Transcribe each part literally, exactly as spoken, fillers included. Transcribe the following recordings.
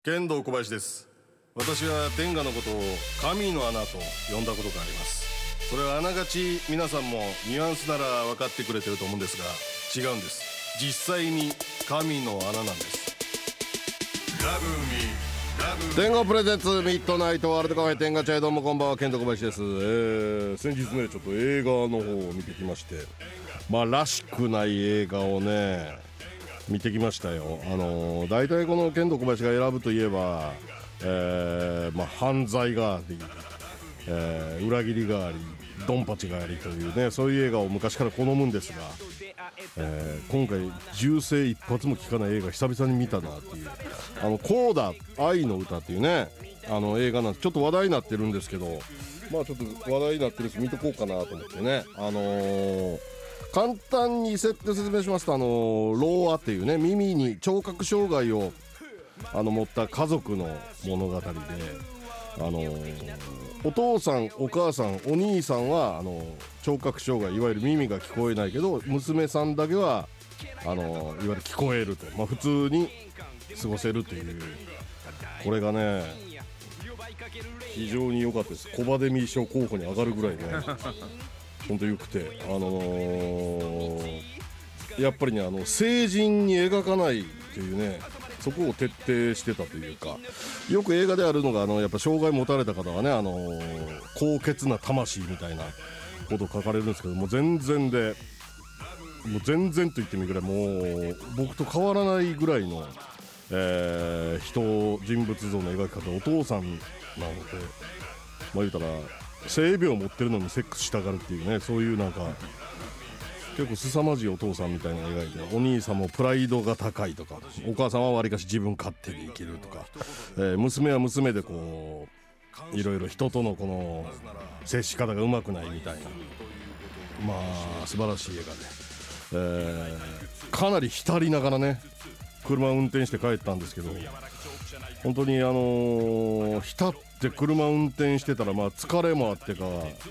剣道小林です。私は天下のことを神の穴と呼んだことがあります。それはあながち皆さんもニュアンスなら分かってくれてると思うんですが、違うんです。実際に神の穴なんです。ラブミ天下プレゼンツミッドナイトワールドカフェ天下チャイ。どうもこんばんは、剣道小林です。えー、先日ねちょっと映画の方を見てきまして、まあらしくない映画をね見てきましたよ。あのー、大体この剣道小林が選ぶといえば、えーまあ、犯罪があり、えー、裏切りがありドンパチがありというね、そういう映画を昔から好むんですが、えー、今回銃声一発も聞かない映画久々に見たなっていう、あのコーダ愛の歌っていうね、あの映画なんてちょっと話題になってるんですけど、まあちょっと話題になってるし見とこうかなと思ってね、あのー簡単に設定説明しますと、あのローアっていうね、耳に聴覚障害をあの持った家族の物語で、あのお父さんお母さんお兄さんはあの聴覚障害、いわゆる耳が聞こえないけど、娘さんだけはあのいわゆる聞こえると、まあ、普通に過ごせるという、これがね非常に良かったです。コバデミー賞候補に上がるぐらいね本当によくて、あのー、やっぱりね、あの成人に描かないというね、そこを徹底してたというか、よく映画であるのが、あのやっぱ障害持たれた方はね、あのー、高潔な魂みたいなことを書かれるんですけども、全然でもう全然と言ってもいいぐらい、もう僕と変わらないぐらいの、えー、人人物像の描き方、お父さんなので、まあ言うたら性病を持ってるのにセックスしたがるっていうね、そういうなんか結構凄まじいお父さんみたいな描いて、お兄さんもプライドが高いとか、お母さんはわりかし自分勝手に生きるとか、えー、娘は娘でこういろいろ人とのこの接し方がうまくないみたいな、まあ素晴らしい映画で、えー、かなり浸りながらね車を運転して帰ったんですけど、本当にあのー、浸って車運転してたら、まあ疲れもあってか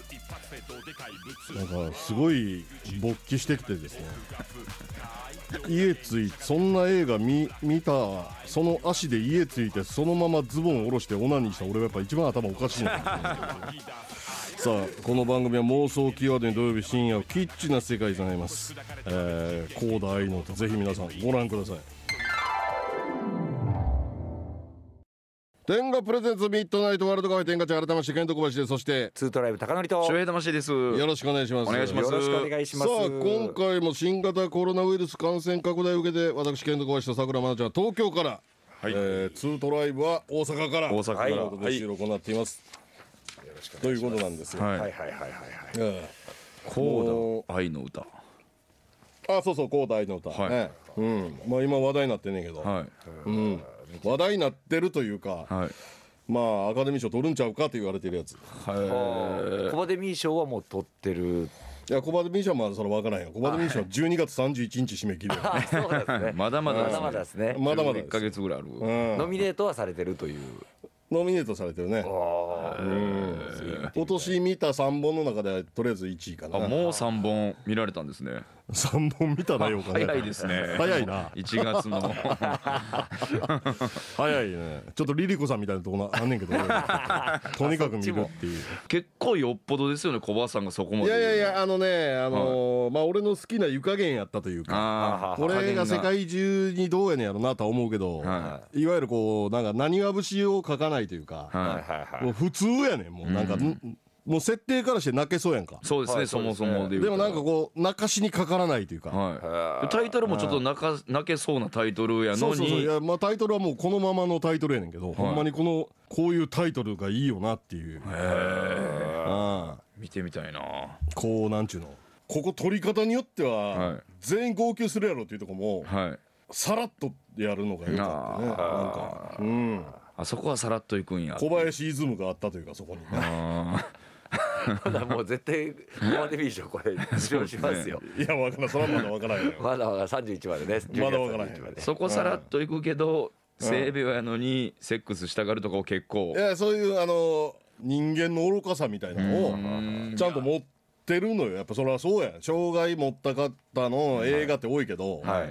なんかすごい勃起してきてですね、家着いて、そんな映画 見, 見たその足で家着いて、そのままズボンを下ろしてオナニーした俺はやっぱ一番頭おかしいなさあこの番組は妄想キーワードに土曜日深夜をキッチな世界となります。えー、コーダ愛の歌、ぜひ皆さんご覧ください。天下プレゼンツミッドナイトワールドカフェ天下茶、改めまして剣道小林です。そしてツートライブ高則と周平魂です。 よろしくお願いします。 お願いします。 よろしくお願いします。 さあ今回も新型コロナウイルス感染拡大を受けて、私剣道小林と桜真奈ちゃんは東京から、はい、えー、ツートライブは大阪から大阪から、 はい、収録を行っています、はい、よろしくお願いしますということなんですよ。 はいはいはいはいはいはい、 えー、コーダ愛の歌、 あ、そうそう、コーダ愛の歌、はいね、うん、まあ今話題になってんねんけど、はい、うん、話題になってるというか、はい、まあアカデミー賞取るんちゃうかと言われてるやつ。 はい。コバデミー賞はもう取ってる。 いや、コバデミー賞はまだそれ分からへんよ。コバデミー賞はじゅうにがつさんじゅういちにち締め切りよ。 あ、そうですね。 まだまだまだまだですね。 まだまだいっかげつぐらいある、 うん、 ノミネートはされてるという。 ノミネートされてるね。うん、今年見たさんぼんの中ではとりあえずいちいかな。 あ、もうさんぼん見られたんですね。 さんぼん見たなよかね。 早いですね。 早いな。 いちがつの早いね。ちょっとリリコさんみたいなとこあんねんけどとにかく見るっていう。 結構よっぽどですよね、小林さんがそこまで。 いやいやいや、あのね、あのーはい、まあ俺の好きな湯加減やったというか、これが世界中にどうやねんやろなとは思うけど、はい、いわゆるこうなんか何わ節を書かないというか、はい、もう普通やねん、もうなんか、うん、もう設定からして泣けそうやんか。 そうですね、はい、そもそもで言うと。 でもなんかこう泣かしにかからないというか、 はい、タイトルもちょっと泣か泣けそうなタイトルやのに。そうそうそう、いや、まあタイトルはもうこのままのタイトルやねんけど、はい、ほんまにこのこういうタイトルがいいよなっていう。へえ、見てみたいな。こうなんちゅうの、ここ取り方によっては全員号泣するやろっていうとこも、はい、さらっとやるのがよかったね。なんか、うん、 あそこはさらっといくんや。 小林イズムがあったというか、そこにね。 まだもう絶対コバデミー賞これ受賞しますよ。 いや、わからん、それはまだわからんよ。 まだわからん、さんじゅういちまでね。 まだわからん。 そこさらっといくけど、性病やのにセックスしたがるとかを結構、 いや、そういうあの人間の愚かさみたいなのをちゃんと持ってるのよ。やっぱそれはそうやん。障害持った方の映画って多いけど、はい、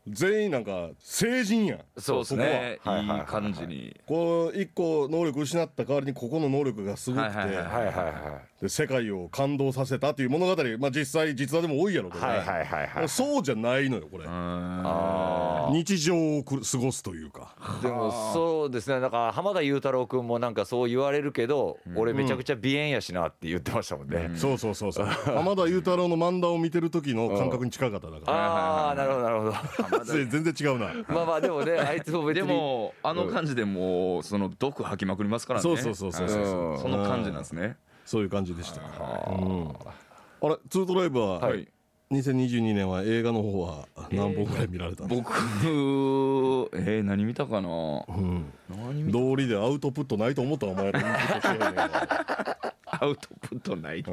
全員なんか成人やん。 そうですね、 そこいい感じにこう一個能力失った代わりにここの能力がすごくて、 はいはいはいはい、で世界を感動させたという物語、まあ、実際実話でも多いやろけど、ね、はいはいはいはい、そうじゃないのよこれ。あ日常を過ごすというか。 でもそうですね、だから浜田雄太郎君もなんかそう言われるけど、うん、俺めちゃくちゃ鼻炎やしなって言ってましたもんね、 うん、そうそうそうそう浜田雄太郎の漫画を見てる時の感覚に近かっただから、 ああなるほどなるほど全然違うなまあまあでもねあいつも別にでもあの感じでもうその毒吐きまくりますからね。 そうそうそうそうそう、 うん、その感じなんですね。 そういう感じでした、うん、あれツートライブは、はい、にせんにじゅうにねんは映画の方は何本ぐらい見られたんですか？ えー、僕えー、何見たかな、うん、 何見た道理でアウトプットないと思ったらお前らインプットしてへんねんアウトプットない、うん、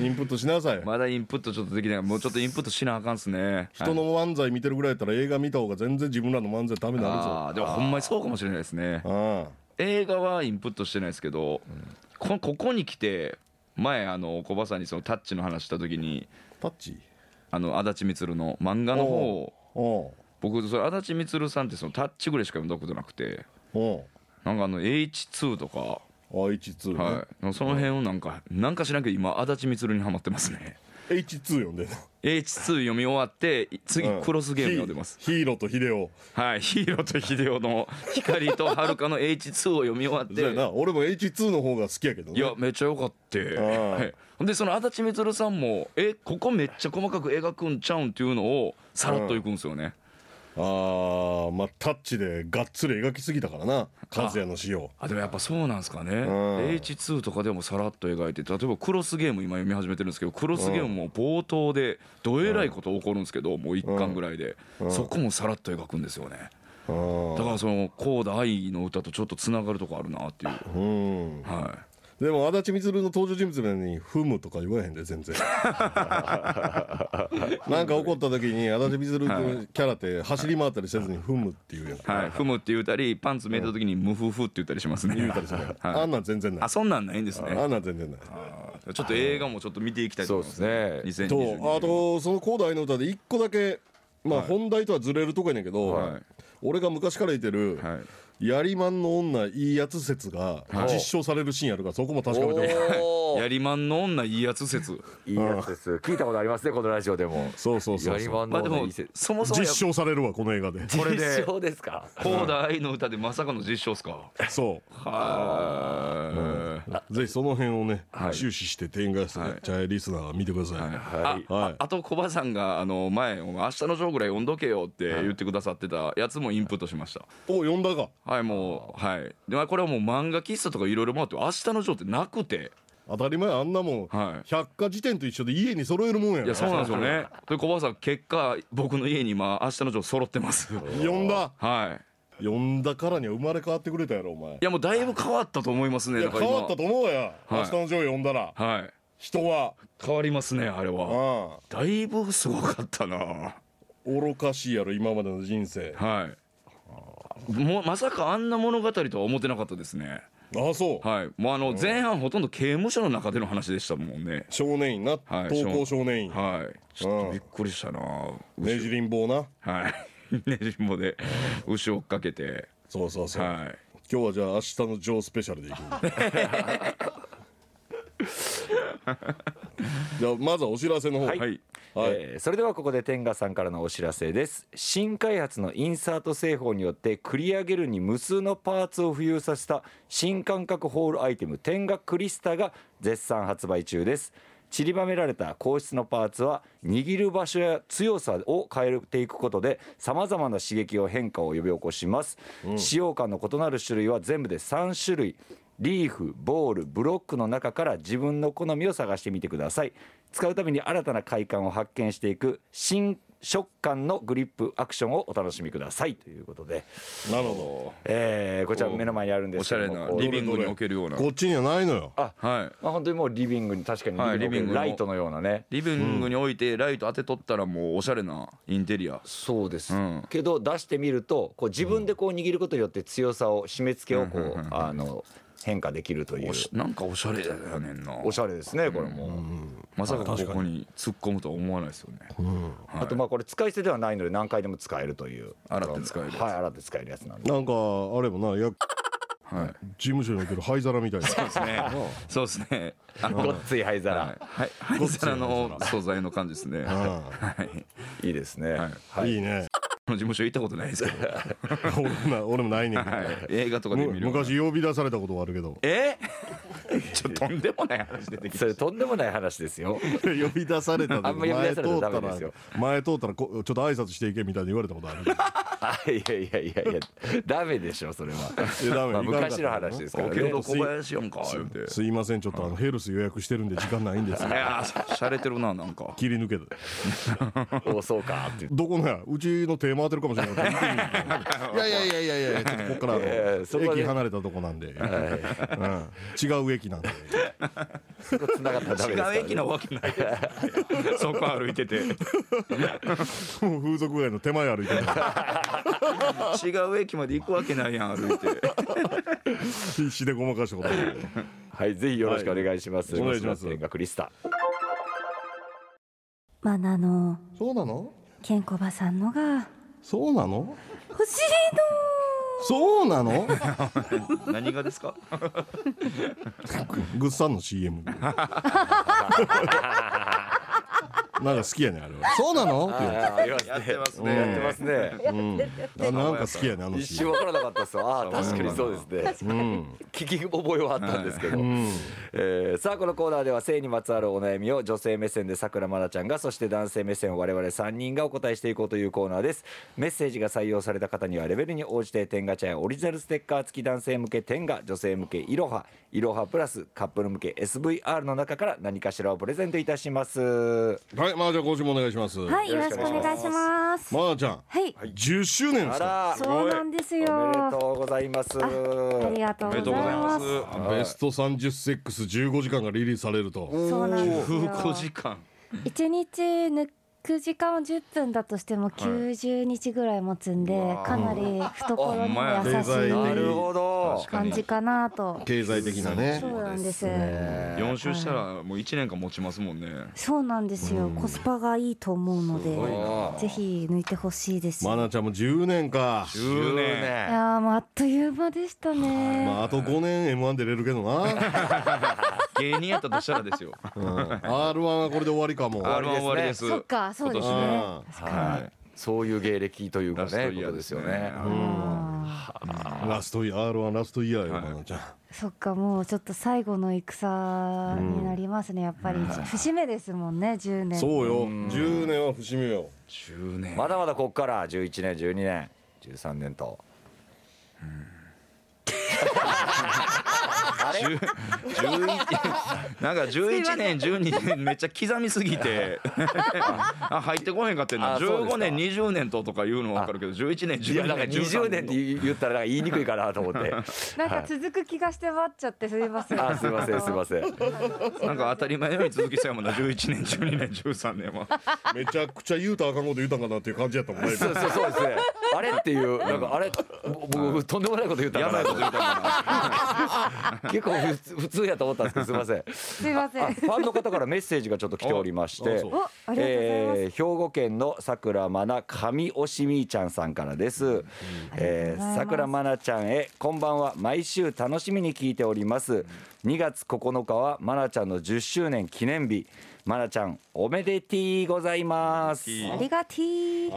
インプットしなさい。 まだインプットちょっとできない。もうちょっとインプットしなあかんっすね。 人の漫才見てるぐらいやったら映画見た方が全然自分らの漫才ダメになるぞ。 あでもほんまにそうかもしれないですね。映画はインプットしてないですけど、うん、こ, ここに来て前あの小葉さんにそのタッチの話した時にタッチあの足立満の漫画の方を僕それ足立満さんってそのタッチぐらいしか読んだことなくて、なんかあの エイチツー とかエイチツー、ね、 はい、その辺をなんかなんか知らんけど今足立満にハマってますね。 エイチツー 読んでるの？ エイチツー 読み終わって次クロスゲーム読んでます、 うん、ヒ, ヒーローとヒデオ。 はいヒーローとヒデオの光と遥かの エイチツー を読み終わってそうやな俺も エイチツー の方が好きやけどね。 いやめっちゃよかった、はい、でその足立満さんもえここめっちゃ細かく描くんちゃうんっていうのをさらっといくんですよね、 うん、あまあタッチでがっつり描きすぎたからな和也の仕様。 あでもやっぱそうなんですかね、うん、エイチツー とかでもさらっと描いて例えばクロスゲーム今読み始めてるんですけどクロスゲームも冒頭でどえらいこと起こるんですけど、うん、もういっかんぐらいで、うん、そこもさらっと描くんですよね、うん、だからそのコーダ愛の歌とちょっとつながるとこあるなっていう、うんはい、 でも足立満の登場人物なのにフムとか言わへんで全然なんか怒った時に足立満のキャラって走り回ったりせずにフムって言うやん、 はい、フムって言うたりパンツ見えた時にムフフって言ったりしますね。 言うたりする、はい、あんなん全然ない。 あそんなんないんですね。 あんなん全然ない。 あちょっと映画もちょっと見ていきたいと思いますね。にせんにじゅうにねんとあとそのコーダ愛の歌で一個だけまあ本題とはずれるとこやねんけど、はい、俺が昔から言ってる、はいやりまんの女いいやつ説が実証されるシーンあるからそこも確かめてほしい。 やりまんの女いいやつ説いいやつ説聞いたことありますねこのラジオでも。 そうそうそうそうやりまんの女いい説そもそも実証されるわこの映画で。 これで実証ですか。 コーダ愛の歌でまさかの実証ですか。 そうは、うん、ぜひその辺をね、はい、注視して天外してね、はい、チャイリスナー見てください、はいはいあはい、あと小葉さんがあの前明日のジョーぐらい読んどけよって言ってくださってたやつもインプットしました。 お読んだか。 はいもうはいでこれはもう漫画喫茶とかいろいろ回って明日のジョーってなくて当たり前あんなもん、はい、百科事典と一緒で家に揃えるもんや。 いやそうなんですよねで小葉さん結果僕の家に今明日のジョー揃ってます読んだはい読んだからには生まれ変わってくれたやろお前。 いやもうだいぶ変わったと思いますね。 いや変わったと思うや、はい、明日のジョー読んだら、はい、人は変わりますねあれは。ああだいぶすごかったな。 愚かしいやろ今までの人生。 はいもうまさかあんな物語とは思ってなかったですね。 ああそう。 はいもうあの前半ほとんど刑務所の中での話でしたもんね。 少年院な、はい、登校少年院。 はいちょっとびっくりしたな。 ねじりん棒な。 はいねじりん棒で牛追っかけてそうそうそう、はい、今日はじゃあ明日のジョースペシャルでいくじゃあまずはお知らせの方。はい、はいえー、それではここで天賀さんからのお知らせです。新開発のインサート製法によって繰り上げるに無数のパーツを浮遊させた新感覚ホールアイテム天賀クリスタが絶賛発売中です。散りばめられた硬質のパーツは握る場所や強さを変えていくことでさまざまな刺激を変化を呼び起こします、うん、使用感の異なる種類は全部でさん種類。リーフ、ボール、ブロックの中から自分の好みを探してみてください。使うたびに新たな快感を発見していく新食感のグリップアクションをお楽しみくださいということで。 なるほど、 えー、こちら目の前にあるんですけどもおしゃれなリビングに置けるような。 こっちにはないのよ。 あ、はい、まあ、本当にもうリビングに確かにリビングに置けるライトのようなね。 リビングに置いてライト当てとったらもうおしゃれなインテリア。 そうです、うん、けど出してみるとこう自分でこう握ることによって強さを締め付けをこう、うん、あの変化できるという。 なんかおしゃれやねんな。 おしゃれですねこれも、うん、 まさかここに突っ込むとは思わないですよね、うんはい、 あとまあこれ使い捨てではないので何回でも使えるという、 洗って使えるやつ、 はい、洗って使えるやつなんで、 なんかあれもなやはい、事務所における灰皿みたいな。 そうですね。そうですね。 ごっつい灰皿。 はい、灰皿の素材の感じですね。はい。 いいですね。 はい。いいね。 事務所行ったことないですけど。 俺もな、俺もないねんけど。 映画とかで見る。 昔呼び出されたことはあるけど。 え？ちょっととんでもない話出てきた。 それとんでもない話ですよ。 呼び出されたあんま呼び出されたらダメですよ。 前通ったらちょっと挨拶していけみたいに言われたことある。 いやいやいやいやダメでしょそれは。まあ昔の話ですからね。 小林やんか言うて。 すいませんちょっとあのヘルス予約してるんで時間ないんですよ。いやしゃれてるななんか。 切り抜けて。 おそうかって。 どこのやうちの手回ってるかもしれない。いやいやいやいやいやちょっとここから駅離れたとこなんで、違う駅なんで。 そこ繋がったらダメですから。 違う駅なわけない。そこ歩いてて。 風俗街の手前歩いてる。 違う駅まで行くわけないやん歩いて。 必死でごまかしたこと。 はいぜひよろしくお願いします。 お願いします。 天がクリスタ。 まだの。 そうなの？ ケンコバさんのが。 そうなの？ 欲しいの。 そうなの？ 何がですか？ グッサンの シーエム。なんか好きやねあれは。そうなの？ やってますね。やってますね。 なんか好きやねあの。 一瞬分からなかったですよ。ああ確かにそうですね。聞き覚えはあったんですけど。さあこのコーナーでは性にまつわるお悩みを女性目線でさくらまなちゃんが、そして男性目線を我々さんにんがお答えしていこうというコーナーです。メッセージが採用された方にはレベルに応じて天ガチャやオリジナルステッカー付き男性向け天ガ、女性向けいろはいろはプラスカップル向け エスブイアール の中から何かしらをプレゼントいたします。 はい、まなちゃん今週もお願いします。 はい、よろしくお願いします。 まなちゃん、 はい、 じゅっしゅうねんですか。 そうなんですよ。 おめでとうございます。 ありがとうございます。 ベストさんじゅうセックスじゅうごじかんがリリースされると。 そうなんですよ。 じゅうごじかん。 一日抜く時間をじゅっぷんだとしてもきゅうじゅうにちぐらい持つんで、かなり懐にも優しい感じかなと。 経済的なね。 そうなんです。 よん週したらもういちねんかん持ちますもんね。 そうなんですよ。コスパがいいと思うのでぜひ抜いてほしいです。 まなちゃんもじゅうねんか。 じゅうねん。 いやもうあっという間でしたね。 まああとごねん エムワン 出れるけどな。 芸人やったとしたらですよ。 アールワン はこれで終わりかも。 アールワン 終わりです。 そっかそうですね。 はい。そういう芸歴というかねことですよね。 ラストイヤー アールワン ラストイヤーよまなちゃん。 そっかもうちょっと最後の戦になりますねやっぱり。節目ですもんねじゅうねん。 そうよじゅうねんは節目よ。 じゅうねん。 まだまだこっからじゅういちねんじゅうにねんじゅうさんねんと。あれなんかじゅういちねんじゅうにねんめっちゃ刻みすぎてあ入ってこへんかってんな。じゅうごねんにじゅうねんととか言うの分かるけどじゅういちねんじゅうにねんにじゅうねんって言ったら言いにくいかなと思ってなんか続く気がして待っちゃってすいません。 あすいませんすいません。 なんか当たり前のように続きそうやもんな。じゅういちねんじゅうにねんじゅうさんねんはめちゃくちゃ言うたらあかんこと言うたんかなっていう感じやったもんね。 そうそうそうですね。あれっていうなんかあれ僕とんでもないこと言ったやばいこと言うたんかな結構普通やと思ったんですけどすいません。 すいません。 ファンの方からメッセージがちょっと来ておりまして、 えー、兵庫県のさくらまな上おしみーちゃんさんからです。さくらまなちゃんへこんばんは。毎週楽しみに聞いております。にがつここのかはまなちゃんのじゅっしゅうねん記念日。まなちゃんおめでてぃございます。 ありがてぃ。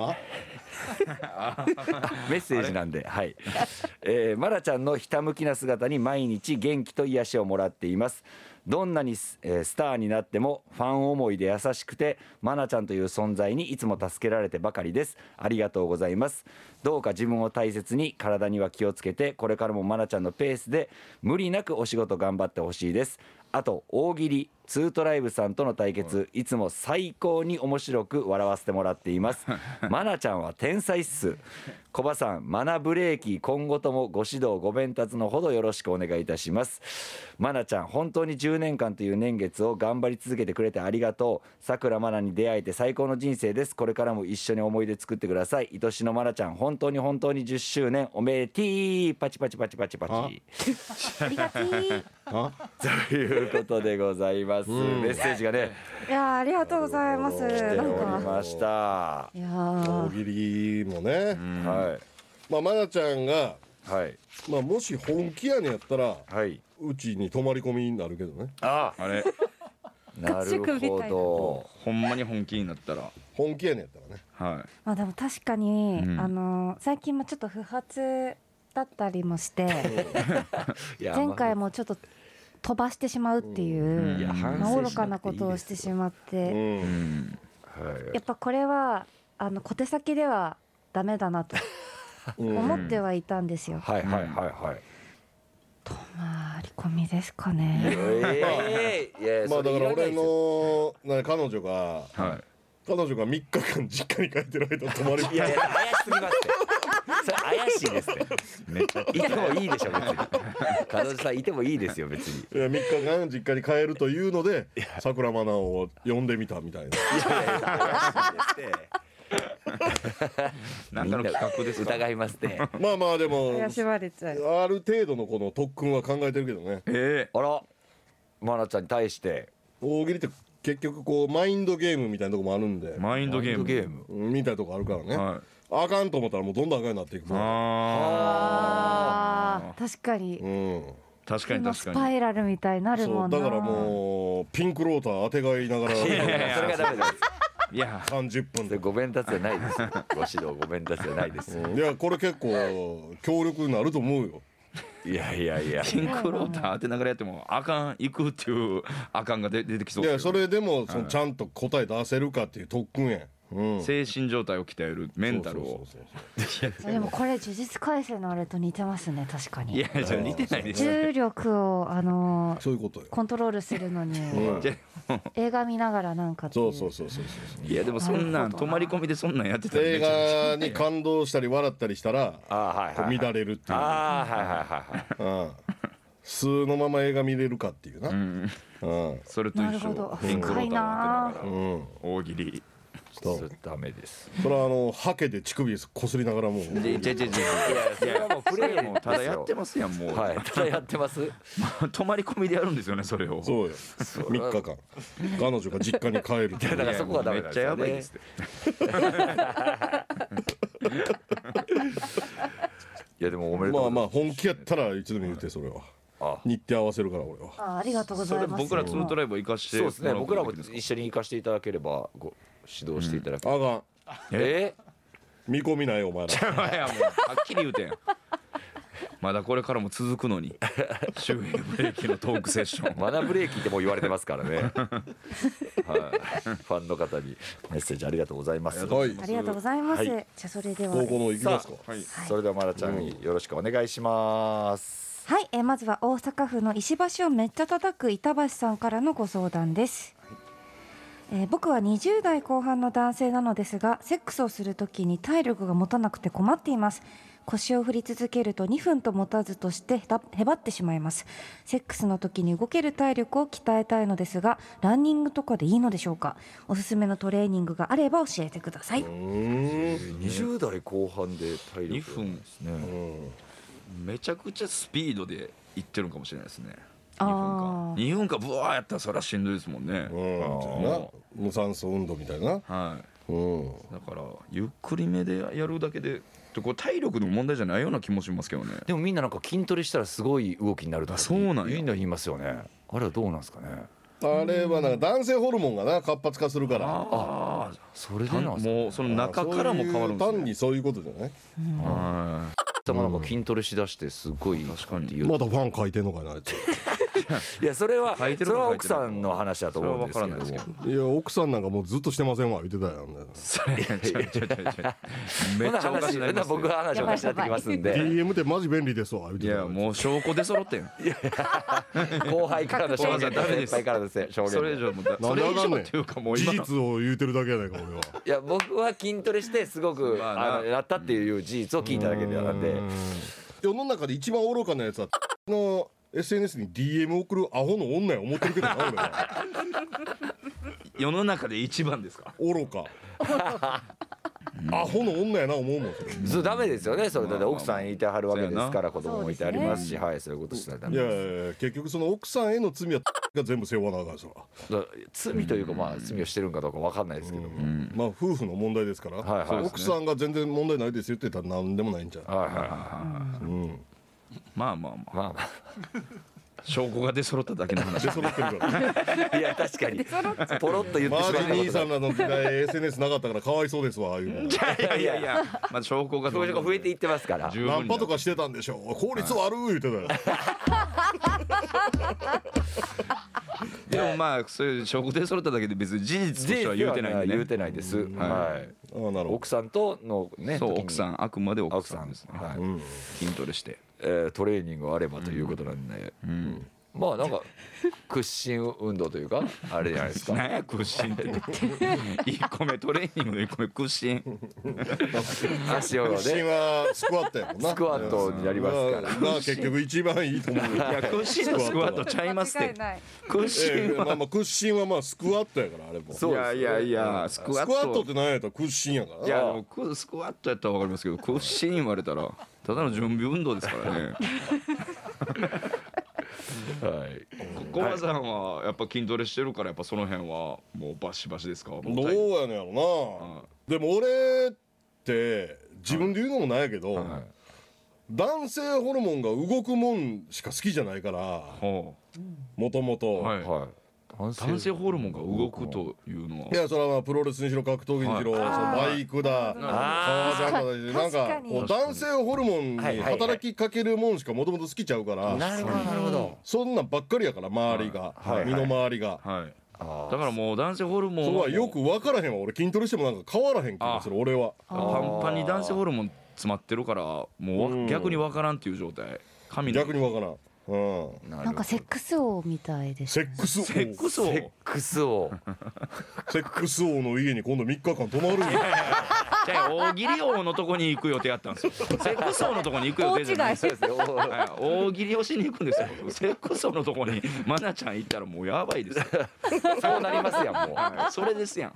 メッセージなんで、はい。えー、まなちゃんのひたむきな姿に毎日元気と癒しをもらっています。どんなに ス,、えー、スターになってもファン思いで優しくてまなちゃんという存在にいつも助けられてばかりです。ありがとうございます。どうか自分を大切に体には気をつけてこれからもまなちゃんのペースで無理なくお仕事頑張ってほしいです。あと大喜利ツートライブさんとの対決いつも最高に面白く笑わせてもらっています。まなちゃんは天才っす。コバさんマナブレーキ今後ともご指導ご鞭撻のほどよろしくお願いいたします。まなちゃん本当にじゅうゅうねんかんという年月を頑張り続けてくれてありがとう。さくらまなに出会えて最高の人生です。これからも一緒に思い出作ってください。愛しのまなちゃん、本当に本当にじゅっしゅうねんおめでティーパチパチパチパチパチ。 ありがとう。 ということでございます、うん、メッセージがね、 いやありがとうございます。 来ておりました。 いや大喜利もね、 うん、はい、 まあまなちゃんが、 はい、 まあもし本気やねんやったら、 はい、 うちに泊まり込みになるけどね。 ああ、あれなるほど。 ほんまに本気になったら、 本気やねんやったらね。 はい。 まあでも確かに、うん、あの最近もちょっと不発だったりもして前回もちょっと飛ばしてしまうっていう、うん、まあ、愚かなことをしてしまって、うん、やっぱこれはあの小手先ではダメだなと思ってはいたんですよ。 はいはいはいはい。 泊まり込みですかね。 えー、 まあだから俺のな彼女が、 はい、彼女がみっかかん実家に帰ってる間泊まり込み。 いやいや怪しすぎますってそれ怪しいですってめっちゃいてもいいでしょ別に彼女さんいてもいいですよ別に。 いやみっかかん実家に帰るというのでさくらまなを呼んでみたみたいな。いやいや怪しいですって何かの企画ですか。 疑いますね。 まあまあでも怪しまれちゃう。 ある程度のこの特訓は考えてるけどね。 えー、あらまなちゃんに対して大喜利って結局こうマインドゲームみたいなとこもあるんで。 マインドゲームゲームみたいなとこあるからね、 はい、 あかんと思ったらもうどんどんあかんになっていく。 ああ確かに、 うん、 確かに確かにスパイラルみたいになるもんな。 そうだからもうピンクローター当てがいながらいやいやそれがダメです。 いやさんじゅっぷんでご弁達じゃないですよご指導ご弁達じゃないです、 うん、いやこれ結構強力になると思うよ。 いやいやいやピンクローター当てながらやってもあかん行くっていうあかんが出てきそうですよ。 いやそれでもそのちゃんと答え出せるかっていう特訓やん、うん、 精神状態を鍛えるメンタルを。 でもこれ呪術廻戦のあれと似てますね確かに。 いやじゃ似てないですよ。 重力をあのそういうことよコントロールするのに、うん、映画見ながらなんかっていう。 そうそうそうそうそう。 いやでもそんなん泊まり込みでそんなんやってたら映画に感動したり笑ったりしたらあ、はいはいはい、乱れるっていう。 ああはいはいはいはい。 素のまま映画見れるかっていうな、うんうん、それと一緒。ピンクローターを当てながら、うん、大喜利そうダメです。 それはあのハケで乳首こすりながらもう。いやいやいやいやそれはもうプレーもただやってますやんもう。 はいただやってます。 泊まり込みでやるんですよねそれを。 そうよ。みっかかん彼女が実家に帰る。 だからそこはダメなんですよね。 めっちゃやばいですいやでもおめでとう。 まあまあ本気やったらいつでも言うてそれは。日程合わせるから俺は。 あ、ありがとうございます。 僕らツートライブ行かして。 そうですね。僕らも一緒に行かしていただければご指導していただければ。 あかん。 え？ 見込みないお前ら。 いやもうはっきり言うてん。まだこれからも続くのに周平ブレーキのトークセッション。 まだブレーキってもう言われてますからね。はい。ファンの方にメッセージありがとうございます。 はい。 ありがとうございます。 はい、 じゃあそれでは。 高校の行きますか。 はい。それではまなちゃんによろしくお願いします。 はい、えー、まずは大阪府の石橋をめっちゃ叩く板橋さんからのご相談です。えー、僕はにじゅうだいこう半の男性なのですが、セックスをするときに体力が持たなくて困っています。腰を振り続けるとにふんと持たずとしてへばってしまいます。セックスの時に動ける体力を鍛えたいのですが、ランニングとかでいいのでしょうか。おすすめのトレーニングがあれば教えてください。 にじゅうだいこう半で体力にふんですね。めちゃくちゃスピードでいってるかもしれないですね。にふんかにふんかブワーやったらそりゃしんどいですもんね。 うん、無酸素運動みたいな。 はい、うん、だからゆっくりめでやるだけでこれ体力の問題じゃないような気もしますけどね。 でもみんななんか筋トレしたらすごい動きになるとかそうなんやみんな言いますよね。あれはどうなんですかね。 あれはなんか男性ホルモンがな活発化するから。ああ、それでなんですか、 ね、もうその中からも変わるんですね。 単にそういうことじゃない。 はい。なんか筋トレしだしてすごい確かにまだファン書いてんのかな。 いやそれはそれは奥さんの話だと思うんですけども。 いや奥さんなんかもうずっとしてませんわ言ってたよね。 めっちゃおかしいな。 僕は話おかしなってきますんで。 ディーエム ってマジ便利ですわ言ってた。 いやもう証拠出揃ってん。 後輩からの証言と先輩からの証言。 それ以上もそれ以上っていうかもう事実を言うてるだけやないか俺は。 いや僕は筋トレしてすごくあのやったっていう事実を聞いただけではなくて。 世の中で一番愚かなやつはのエスエヌエス に ディーエム 送るアホの女や思ってるけどな俺は世の中で一番ですか愚かアホの女やな思うもんそれダメですよね。それだって奥さんいてはるわけですから子供もいてありますし、はい、そういうことしたらダメいやです。 いやいや結局その奥さんへの罪はが全部背負わなあかんそらだから罪というかまあ罪をしてるんかどうかわかんないですけども、 まあ夫婦の問題ですから、 はいはい奥さんが全然問題ないですよって言ったら何でもないんじゃん、 はいはいはうん、 まあまあまあいまあま証拠が出揃っただけの話で揃ってるからあいや確かにポロッと言ってマしまったージ兄さんらの時代 エスエヌエス なかったからかわいそうですわああいうのいやいやいやまあ証拠が表情が増えていってますから。 十分にナンパとかしてたんでしょ効率悪い言ってたよでもまあそういう証拠出揃っただけで別に事実としては言うてないんでね。 言うてないです。はい。 ああなるほど奥さんとのね、 そう時に奥さんあくまで奥さんですね。 はい。 うん筋トレして。 えートレーニングがあればということなんで、 うん。 まあなんか屈伸運動というかあれじゃないですか。 何や屈伸って。一個目トレーニングの一個目屈伸。 足を屈伸ねはスクワットやもんなスクワットになりますから。 まあ結局一番いいと思うよいや屈伸とスクワットちゃいますって。 間違いない。 屈伸は。 ええまあまあ屈伸はまあスクワットやからあれもそういやいやいやスクワット。 スクワットって何やったら屈伸やからいやでもクスクワットやったらわかりますけど屈伸言われたらただの準備運動ですからね。 はい。 うん小川さんはやっぱ筋トレしてるからやっぱその辺はもうバシバシですか。もうどうやねんやろな、でも俺って自分で言うのもないけど、 はい男性ホルモンが動くもんしか好きじゃないからほもともとうはい。 はい。 男性ホルモンが動くというのはいやそれはまあプロレスにしろ格闘技にしろ、そのバイクだあ革ジャンだなんか確かにこう男性ホルモンに働きかけるもんしかもともと好きちゃうから、 なるほどなるほど。 そんなんばっかりやから周りが、 はい身の回りが、 はい。 あだからもう男性ホルモンそこはよく分からへんわ俺筋トレしてもなんか変わらへん気がする俺はパンパンに男性ホルモン詰まってるからもうわうん逆にわからんっていう状態。神の逆に分からん、うん、 あ。 なんかセックス王みたいですセックス王セックスをセックスをセックス王の家に今度みっかかん泊まるんやじゃあ大喜利王のとこに行く予定やったんですよ。セックス王のとこに行く予定じゃないですよ。 そうですよ。 はい大喜利をしに行くんですよ。セックス王のとこにマナちゃん行ったらもうやばいですよ。 そうなりますやんもう。 はいそれですやん。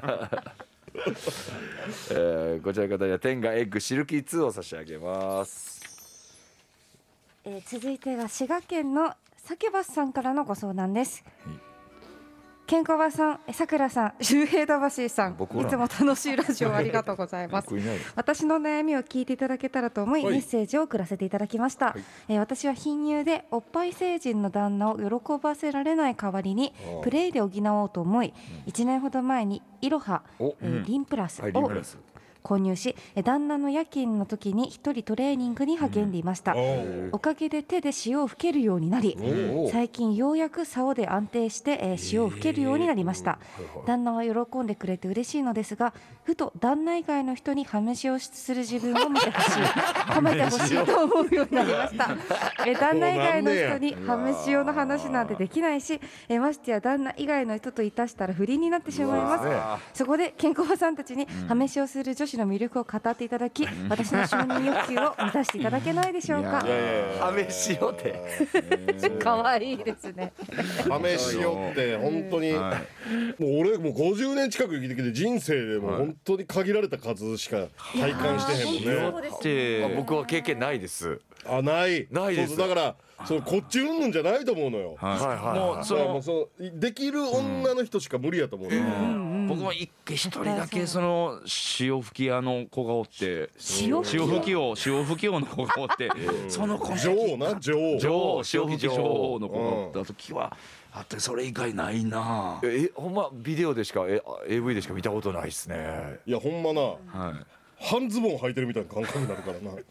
えーこちらの方には天下エッグシルキーツーを差し上げます。 えー続いてが滋賀県のサケバスさんからのご相談です。ケンコバさん、えさくらさん、周平魂さん、い僕らつも楽しいラジオありがとうございます。 僕いないの私の悩みを聞いていただけたらと思い、 はいメッセージを送らせていただきました、えー私は貧乳でおっぱい成人の旦那を喜ばせられない代わりにああプレイで補おうと思い、いちねんほど前にイロハ、 おえーリンプラスはいリンをプラス購入し、えー旦那の夜勤の時に一人トレーニングに励んでいました、 おうおかげで手で塩を吹けるようになり、 おう最近ようやく竿で安定して、えー塩を吹けるようになりました、旦那は喜んでくれて嬉しいのですが、ふと旦那以外の人にハメシをする自分を見てほしい褒めてほしいと思うようになりましたえー旦那以外の人にハメ塩の話なんてできないし、えーましてや旦那以外の人といたしたら不倫になってしまいます。そこで健康さんたちにハメ塩する女子の魅力を語っていただき、私の承認欲求を満たしていただけないでしょうか。 いやいやいやハメしようって可愛いですね。 ハメしよって本当に、もう俺もうごじゅうねん近く生きてきて人生でもう本当に限られた数しか体感してへんもんね。 そうですで僕は経験ないです。 あないないですそうそうだからそのこっちうんぬんじゃないと思うのよ。 はいはいはいもうそだからもうのそのできる女の人しか無理やと思うのよ。 僕も一回一人だけその潮吹き屋の子がおって潮吹き潮吹き王潮吹き王の子がおってその子の女王な女王。 女王潮吹き女王の子がおった時はあってそれ以外ないな。 えほんまビデオでしかえ エーブイ でしか見たことないですね。 いやほんまなはい半ズボン履いてるみたいな感覚になるからな。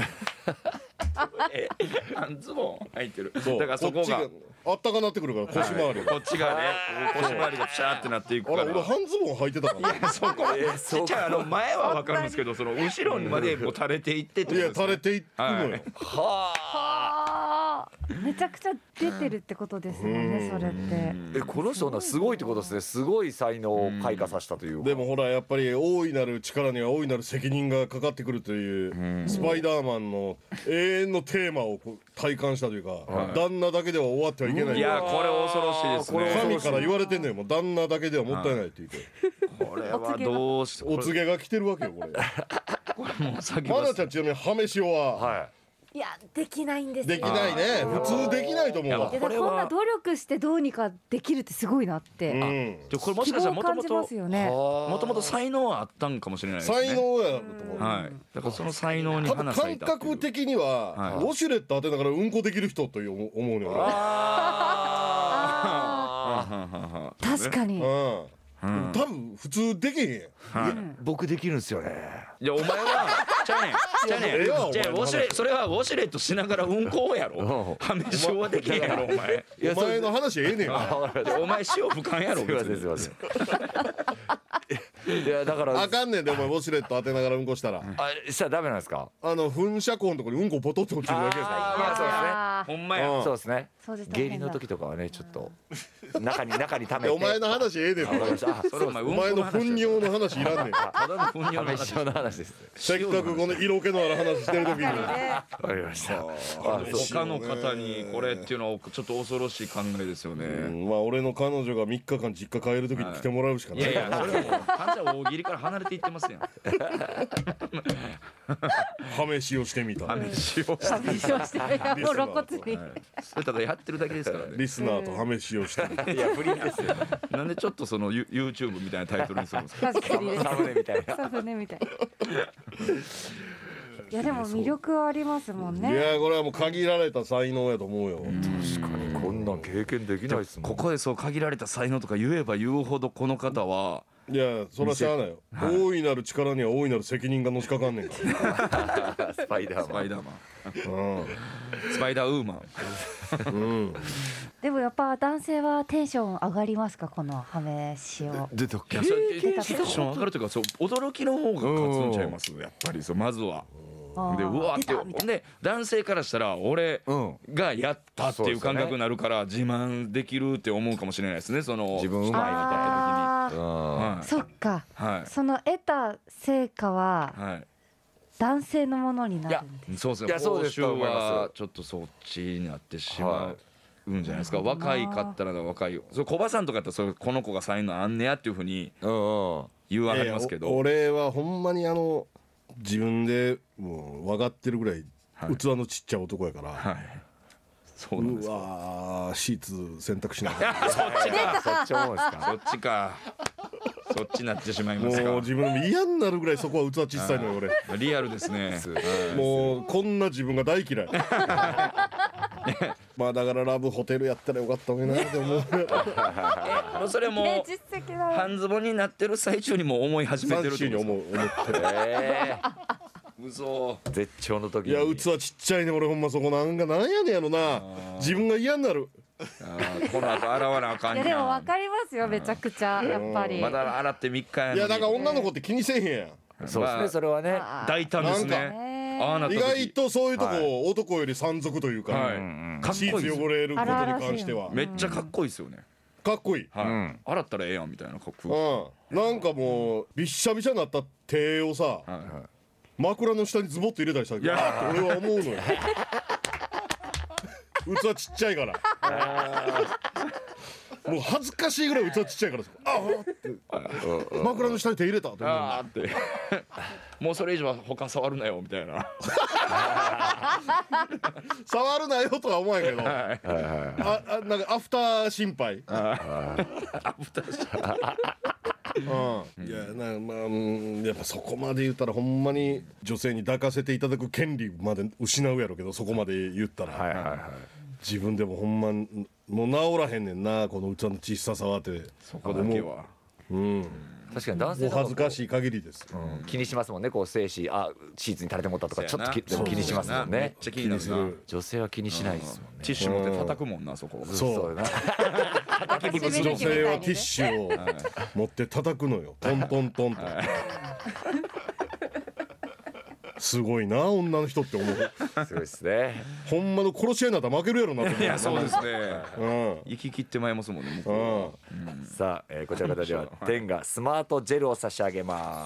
え半ズボン履いてるそうだからそこがっちがあったかなってくるから腰回りが。 こっちがね腰回りがピシャーってなっていくあかられ俺半ズボン履いてたからな。 そこちっちゃいあの前は分かるんですけどその後ろにまでこう垂れていってっていやことですね垂れていくのよ。 はいはあ。 めちゃくちゃ出てるってことですもんね、それって。 えこの人はすごいってことですね。すごい才能を開花させたというか。 でもほらやっぱり大いなる力には大いなる責任がかかってくるというスパイダーマンの永遠のテーマを体感したというか、旦那だけでは終わってはいけない。 いやこれ恐ろしいですね。 神から言われてんのよ。もう旦那だけではもったいないって言って、 これはどうしてお告げが来てるわけよこれ。 これもう先まなちゃんちなみにハメシオは、 はいいやできないんですよ。 できないね。普通できないと思うわ。 いやこれはこんな努力してどうにかできるってすごいなって、 うん、 じゃこれもしかしたらもともともともと才能はあったんかもしれないですね。 才能やと思う。 はい。だからその才能に花咲いた。 感覚的には、はい、ウォシュレット当てながらうんこできる人と思うのよ。 あ確かに。 うんうん、多分普通できへん、 はい、僕できるんですよね。 いやお前はちゃうねんちゃうねんじゃあウォシュレそれはウォシュレットしながらうんこやろ。はめしょうはできへんやろお前。 いやお前の話ええねん。 お前塩吹かんやろ。 すいませんすいません。いやだからあかんねんでお前ウォシュレット当てながらうんこしたら。 あしたらダメなんですか。 あの噴射口のところにうんこポトッと落ちるだけですから。 まあそうですね。ほんまや。 そうですね。下痢の時とかはねちょっと中に中に溜めて。 お前の話ええねん。お前の糞尿の話いらんねん。 ただの糞尿の話の話です。 せっかくこの色気のある話してる時に。わかりました。 他の方にこれっていうのはちょっと恐ろしい考えですよね。 まあ俺の彼女がみっかかん実家帰る時に来てもらうしかない。 いやいやそれはもう患者大喜利から離れていってますやん。 はめしをしてみた。 はめしをしてみた。もう露骨に。 それただやってるだけですからね。 リスナーとはめしをしてみた。 いや不倫ですよ。 なんでちょっとその YouTube みたいなタイトルにするんですか。 確かにサムネみたいな。 サムネみたいな。いやでも魅力はありますもんね。 いやこれはもう限られた才能やと思うよ。 確かにこんなん経験できないですもん。 ここでそう限られた才能とか言えば言うほどこの方は。 いやそれはしゃあないよ。大いなる力には大いなる責任がのしかかんねんから。 スパイダーマン。 スパイダーマン。スパイダーウーマン。 うん。 でもやっぱ男性はテンション上がりますかこのはめしを。 出た。 テンション上がるというかそう驚きの方が勝つんちゃいます。やっぱりそうまずは。でうわってで男性からしたら俺がやったっていう感覚になるから自慢できるって思うかもしれないですね。その自分うまいみたいな時に。はい、そっか、はい、その得た成果は男性のものになるんです。 そうですね。報酬はちょっとそっちになってしまうんじゃないですか。若いかったら若いそれ小葉さんとかやったらそれこの子が才能あんねやっていうふうに言わはりますけど、 俺はほんまにあの自分でもう分かってるぐらい器のちっちゃい男やから、はい、 そうなんですか。 うわシーツ洗濯しながらそっちかそっち思うんですか。 そっちかそっちになってしまいますか。 もう自分も嫌になるぐらいそこは器小さいのよ俺。 リアルですね。 もうこんな自分が大嫌い。まあだからラブホテルやったらよかったのになって思う。 えもうそれも半ズボンになってる最中にも思い始めてるってことですか。 最中に思う思ってる。 えー、嘘。 絶頂の時に。 いや器ちっちゃいね俺ほんまそこなんかなんやねんやろな。自分が嫌になる。 あこの後洗わなあかんやん。 いやでも分かりますよめちゃくちゃやっぱり。 まだ洗ってみっかやのに。 いやだから女の子って気にせえへんやん。 そうですねそれはね大胆ですね。 意外とそういうとこ、はい、男より山賊というか、はい、シーツ汚れることに関してはめっちゃかっこいいですよね。 かっこいい、 はいうん、洗ったらええやんみたいなかっこいい、うん、なんかもうびっしゃびしゃになった手をさ、はいはい、枕の下にズボッと入れたりしたらあって俺は思うのよ。器ちっちゃいからもう恥ずかしいぐらい器ちっちゃいからあって枕の下に手入れたってあってもうそれ以上は他触るなよみたいな触るなよとは思わんけど、はいはいはい、ああなんかアフター心配アフター心配うん、いやなまあやっぱそこまで言ったらほんまに女性に抱かせていただく権利まで失うやろうけどそこまで言ったら、はいはいはい、自分でもほんまもう治らへんねんなこの器の小ささはってそこだけはうん確かに男性お恥ずかしい限りです、 うん、気にしますもんねこう精子あシーツに垂れてもったとかちょっと気にしますもんね。 めっちゃ気にする。 女性は気にしないですもんね。 ティッシュ持って叩くもんなそこ。 そう女性はティッシュを持って叩くのよトントントンとすごいな女の人って思う。 すごいですね。 ほんまの殺し合いになったら負けるやろなと思う。 いやそうですね。 うん、 生き切ってまいりますもんね向こうは。 うん、さあ、えー、こちらの方では天がスマートジェルを差し上げます。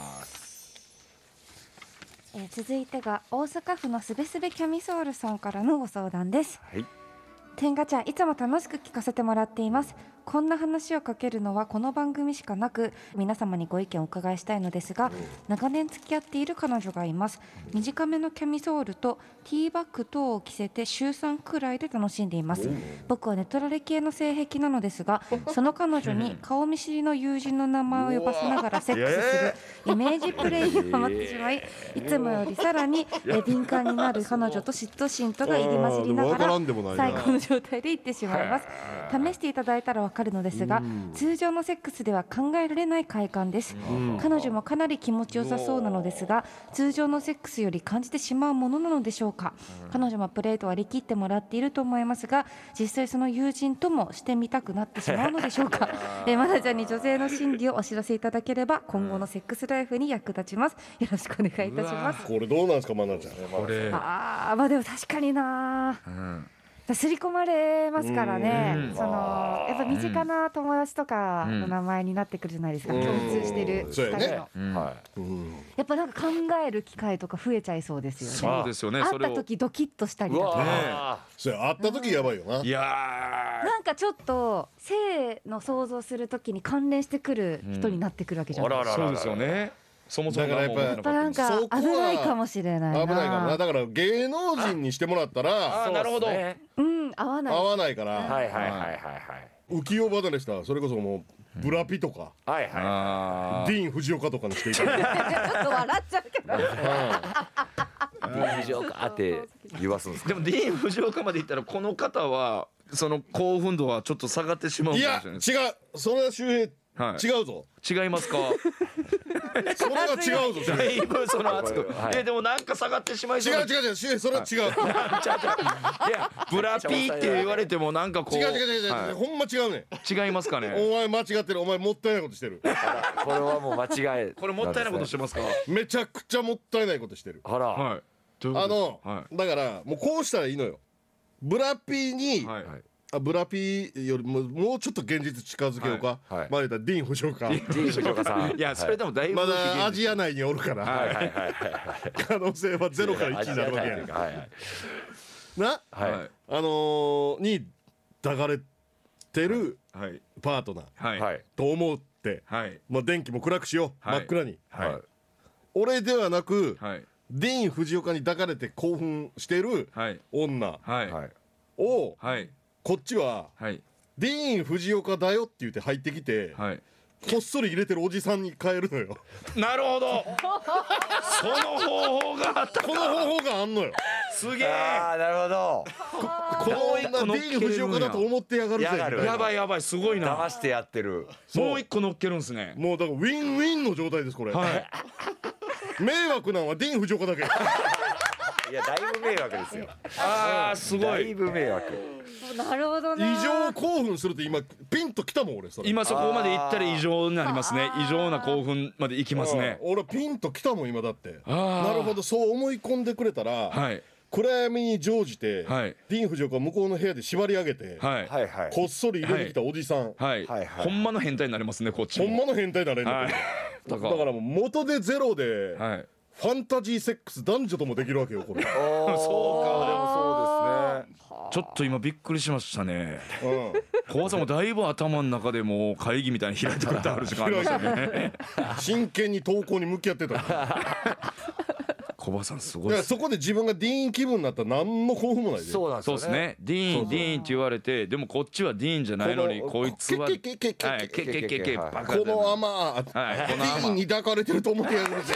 えー、続いてが大阪府のすべすべキャミソールさんからのご相談です。 はい。 天ガチャいつも楽しく聞かせてもらっています。こんな話をかけるのはこの番組しかなく、皆様にご意見をお伺いしたいのですが、長年付き合っている彼女がいます。短めのキャミソールとティーバッグ等を着せて週さんくらいで楽しんでいます。僕はネトラレ系の性癖なのですが、その彼女に顔見知りの友人の名前を呼ばせながらセックスするイメージプレイにハマってしまい、いつもよりさらにえ敏感になる彼女と嫉妬心とが入り混じりながら最高の状態でいってしまいます。試していただいたらわかるのですが、通常のセックスでは考えられない快感です。彼女もかなり気持ちよさそうなのですが、通常のセックスより感じてしまうものなのでしょうか。彼女もプレーと割り切ってもらっていると思いますが、実際その友人ともしてみたくなってしまうのでしょうか。えまなちゃんに女性の心理をお知らせいただければ今後のセックスライフに役立ちます。よろしくお願いいたします。 これどうなんですかまなちゃん。 これあー、まあでも確かにな、うん刷り込まれますからね。そのやっぱ身近な友達とかの名前になってくるじゃないですか、共通してるふたりの、うんはい、やっぱなんか考える機会とか増えちゃいそうですよね。 そうですよね。 会った時ドキッとしたりとか、ね、 それ会った時やばいよな。 いやなんかちょっと性の想像する時に関連してくる人になってくるわけじゃないですか、 うん、そうですよね。そもそもだからやっぱなんか危ないかもしれないな。 危ないかもな。だから芸能人にしてもらったら、 ああなるほど、 うん合わない合わないから、 はいはいはいはいはい。 浮世離れしたそれこそもうブラピとか、 うん、はいはい。 ディーン・フジオカとかにしていただいてちょっと笑っちゃうけど。 ディーン・フジオカって言わすんですか。 でもディーン・フジオカまで言ったらこの方はその興奮度はちょっと下がってしまうかもしれない。 いや違う、それは周平、はい、違うぞ。 違いますか。 それは違うぞ。 だいぶその熱く、はい、いやでもなんか下がってしまいそう。 違う違う違う、周平それは違う。 いやブラピーって言われてもなんかこう。 違う違う違う違う、はい、ほんま違うね。 違いますかね。 お前間違ってる。お前もったいないことしてる。 これはもう間違い。 これもったいないことしてますか。 めちゃくちゃもったいないことしてる。 あら。 はい。 あの、はい、だからもうこうしたらいいのよ。ブラピーに。はいはい、あブラピーよりももうちょっと現実近づけようか、はいはい、まあ言ったらディーン・フジオカ、ディーン・フジオカさんいやそれでもだいぶまだアジア内におるから、はいはいはいはい、可能性はゼロからいちになるわけやん、はいはい、な、はい、あのー、に抱かれてるパートナー、はい、と思って、はい、まあ、電気も暗くしよう、はい、真っ暗に、はい、俺ではなく、はい、ディーン・フジオカに抱かれて興奮してる女を、はい、こっちは、はい、ディーン・フジオカだよって言って入ってきて、はい、こっそり入れてるおじさんに変えるのよ。 なるほど。その方法があったか。 この方法があんのよ。 すげえ。 ああなるほど。 この女ディーン・フジオカだと思ってやがるぜ。 やばいやばい、すごいな。 騙してやってる。 もう一個乗っけるんですね。 もうだからウィンウィンの状態ですこれ、はい、迷惑なんはディーン・フジオカだけ。 いやだいぶ迷惑ですよ。 ああすごい。 だいぶ迷惑。 なるほどね。 異常興奮するって今ピンときたもん俺それ。 今そこまで行ったら異常になりますね。異常な興奮まで行きますね。 俺ピンときたもん今だって。なるほど、そう思い込んでくれたら、はい、暗闇に乗じて、はい、ディーン・フジオカを向こうの部屋で縛り上げて、はい、こっそり入れてきたおじさん、 はいはいはい、ほんまの変態になりますねこっちも。 ほんまの変態になれるんだ、はい、だからもう元でゼロで、はい、ファンタジーセックス男女ともできるわけよこれ。 そうか、でもそうですね。 ちょっと今びっくりしましたね。小葉さんもだいぶ頭の中でもう会議みたいに開いてくれてある時間ありましたね。 真剣に投稿に向き合ってた。 小葉さんすごいです、ね、 そこで自分がディーン気分になったら何の興奮もないで。 そうなんですよね。 そうですね。ディーンディーンって言われて、でもこっちはディーンじゃないのにこいつはケケケケケケケケケケバカこのアマディーンに抱かれてると思ってやるぜ。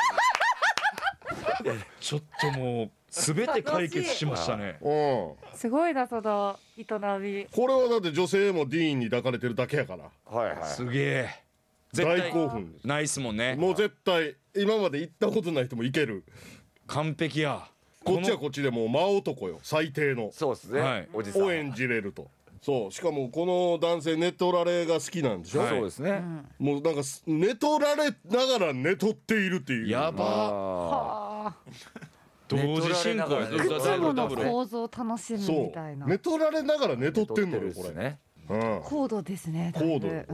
ちょっともう全て解決しましたね。 うん、すごいなその営み。 これはだって女性もディーンに抱かれてるだけやから。 はいはい。 すげえ。 大興奮。 ないっすもんね。 もう絶対今まで行ったことない人も行ける。 完璧や。 こっちはこっちでもう真男よ最低の。 そうですね。はい、おじさんを演じれると。そうしかもこの男性寝取られが好きなんでしょ、 はい、そうですね、 もうなんか寝取られながら寝取っているっていう。 やばあ同時進行や。 靴ダブものルダブル。 構造を楽しむみたいな寝取られながら寝取ってんのよこれ、 ね、 うん、 高度ですね。だいぶ高度ようん、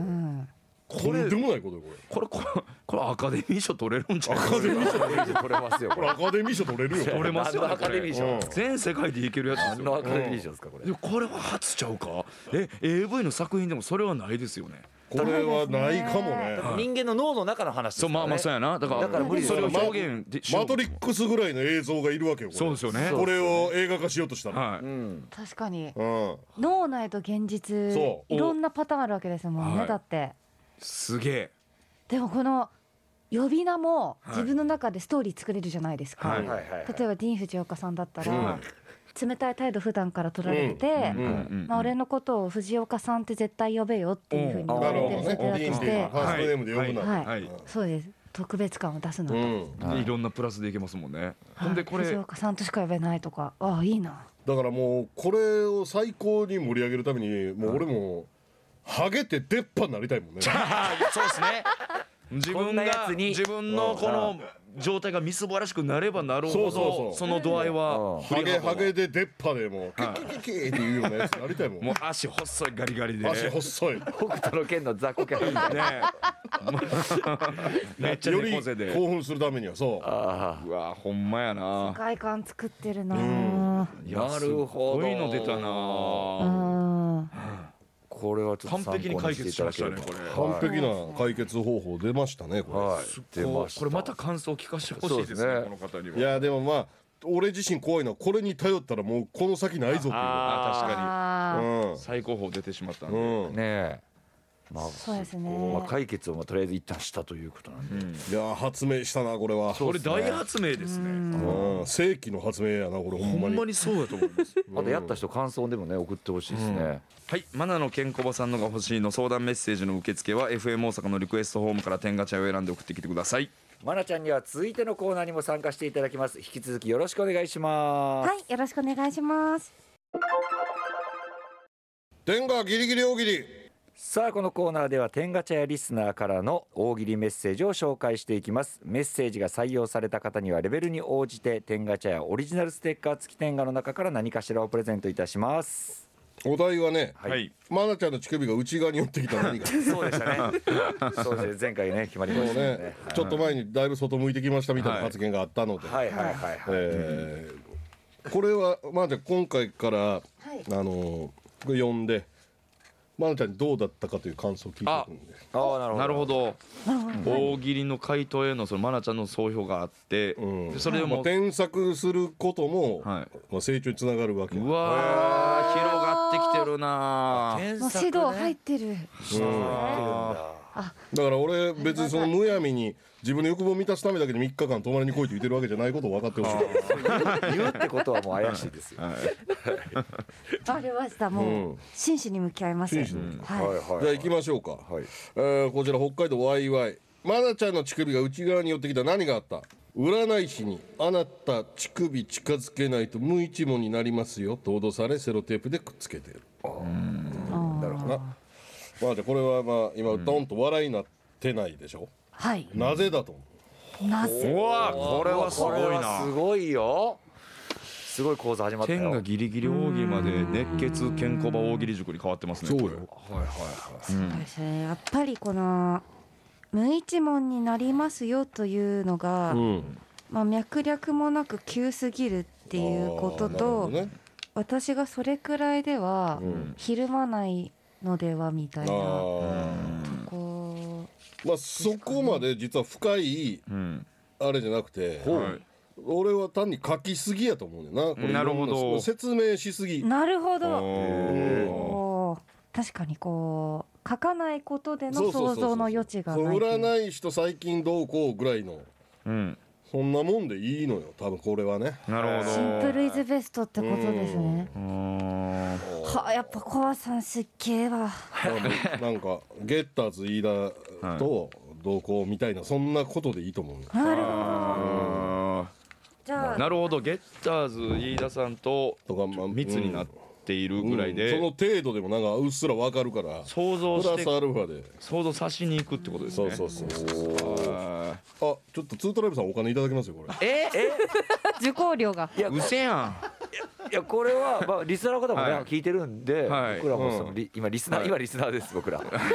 とんでもないことよこれこれこれこれアカデミー賞取れるんちゃう？ アカデミー賞取れますよこれアカデミー賞取れるよ取れますよね。 何のアカデミー賞うん全世界でいけるやつですよ。 何のアカデミー賞ですかこれ。 でこれは初ちゃうか。え エーブイ の作品でもそれはないですよね。 これはないかもね人間の脳の中の話ですからね。 そうまあまあそうやな。だからだから無理ですよそれを表現でマトリックスぐらいの映像がいるわけよこれそうですよね。 これを映画化しようとしたら、 はい。 うん確かにうん、 脳内と現実そういろんなパターンあるわけですもんね、 はいだってすげえ。 でもこの呼び名もはい自分の中でストーリー作れるじゃないですか、 はいはいはいはい例えばディーン・フジオカさんだったら、 うん冷たい態度普段から取られてて、 うんうんうんまあ、俺のことを藤岡さんって絶対呼べよっていうふうに言わなるほどねれてる設定だディーンっていうとして、 ファーストネームで呼ぶなはいはい。 そうです特別感を出すなと、 うん、 でいろんなプラスでいけますもんね。ほんでこ藤れ岡さんとしか呼べないとか、ああいいな。 だからもうこれを最高に盛り上げるためにもう俺もハゲて出っ歯になりたいもんねそうですね。自こん分がなやつに自分のこの状態がみすぼらしくなればなるほそうそうそうどその度合いはハゲハゲで出っ歯でもうキッキッキッキッっていうようなやつになりたいもんもう足細いガリガリでね。 足細い北斗の拳の雑魚キャラみたいな。 めっちゃより猫背で。 興奮するためにはそうあうわほんまや世な。 界観作ってるなぁ。 いやなるほどすごいの出たうな。 んこれはちょっと完璧に解決しましたねこれ。 完璧な解決方法出ましたねこれ、 はい出こました。 うこれまた感想を聞かせてほしいですねそうですねこの方には。 いやでもまあ俺自身怖いのはこれに頼ったらもうこの先ないぞっていうあ確かあーうん最高峰出てしまったんで。 うんねえ。まあそうですねまあ解決をまあとりあえず一旦したということなんで。 うんいや発明したなこれはこれ大発明ですね。 うん世紀の発明やなこれほほんまにんまにそうだと思います。 あとやった人感想でもね送ってほしいですね。 はい、マナのケンコバさんのが欲しいの相談メッセージの受付は エフエム 大阪のリクエストフォームから天ガチャを選んで送ってきてください。 まなちゃんには続いてのコーナーにも参加していただきます。引き続きよろしくお願いします。 はいよろしくお願いします。 天がギリギリ大喜利さあこのコーナーでは天ガチャやリスナーからの大喜利メッセージを紹介していきます。メッセージが採用された方にはレベルに応じて天ガチャやオリジナルステッカー付き天ガの中から何かしらをプレゼントいたします。 お題はね、 はいはい、 マナちゃんの乳首が内側に寄ってきた何かそうでしたねそうですね前回ね決まりまもうしたよねねちょっと前にだいぶ外向いてきましたみたいな発言があったので、 はいはいはいはい、 えーこれはマナちゃん今回から、 はいあのーこれ読んでマナちゃんにどうだったかという感想を聞いてくるんでああなるほどなるほど。大喜利の回答へのそのマナちゃんの総評があって、 うんでそれでも、 まあ添削することも、 はい、 まあ、成長につながるわけうわー広がってきてるなー。 添もう削ね指導入ってる。 うんあだから俺別にそのむやみに自分の欲望を満たすためだけでみっかかん泊まりに来いと言ってるわけじゃないことを分かってほしい。 ー言うってことはもう怪しいですよ。 はいわかりました。もう、 うん真摯に向き合います。 真摯にはい。 はいはいじゃあ行きましょうか、 はいえーこちら北海道ワイワイマナちゃんの乳首が内側に寄ってきた何があった。占い師にあなた乳首近づけないと無一文になりますよと脅されセロテープでくっつけている。 なるほどなまあじゃあこれはまあ今ドンと笑いになってないでしょ、 はい。 なぜだと思なぜ。 うわこれはすごいこれはすな。 ごいよ。すごい講座始まったよ。 天がギリギリ大喜利まで熱血ケンコバ大喜利塾に変わってますね。 そうよこれはいはいはい。 そうですね。やっぱりこの無一文になりますよというのが、 う、うん、 まあ脈略もなく急すぎるっていうことあーなるほと、 どね私がそれくらいではうんひるまないのではみたいな。 あこーまあそこまで実は深いうんあれじゃなくて、 はい俺は単に書きすぎやと思うんだよなこれなるほどいろんな説明しすぎう。なるほど。 うんおー確かにこう書かないことでの想像の余地がそうないっていう。 占い師と最近どうこうぐらいのうんそんなもんでいいのよ多分これはね。 なるほど。 シンプルイズベストってことですね。 うーんはあ、やっぱコアさんすっげえわ。 なんかゲッターズ飯田とどうこうみたいなそんなことでいいと思うよ。 なるほど。 あじゃあーなるほど。ゲッターズ飯田さんととかまあ密になっているぐらいうんで、 その程度でもなんかうっすらわかるから想像プラスしてアルファで。 想像さしに行くってことですね。 そうそうそうそうああちょっちょっとツートライブさんお金いただきますよこれ。 ええ受講料がいやうせやん。 いやこれは、まあ、リスナーの方もね、 はい聞いてるんで、 はい僕らもその、 うんリ今リスナー、 はい今リスナーです僕らそうやな。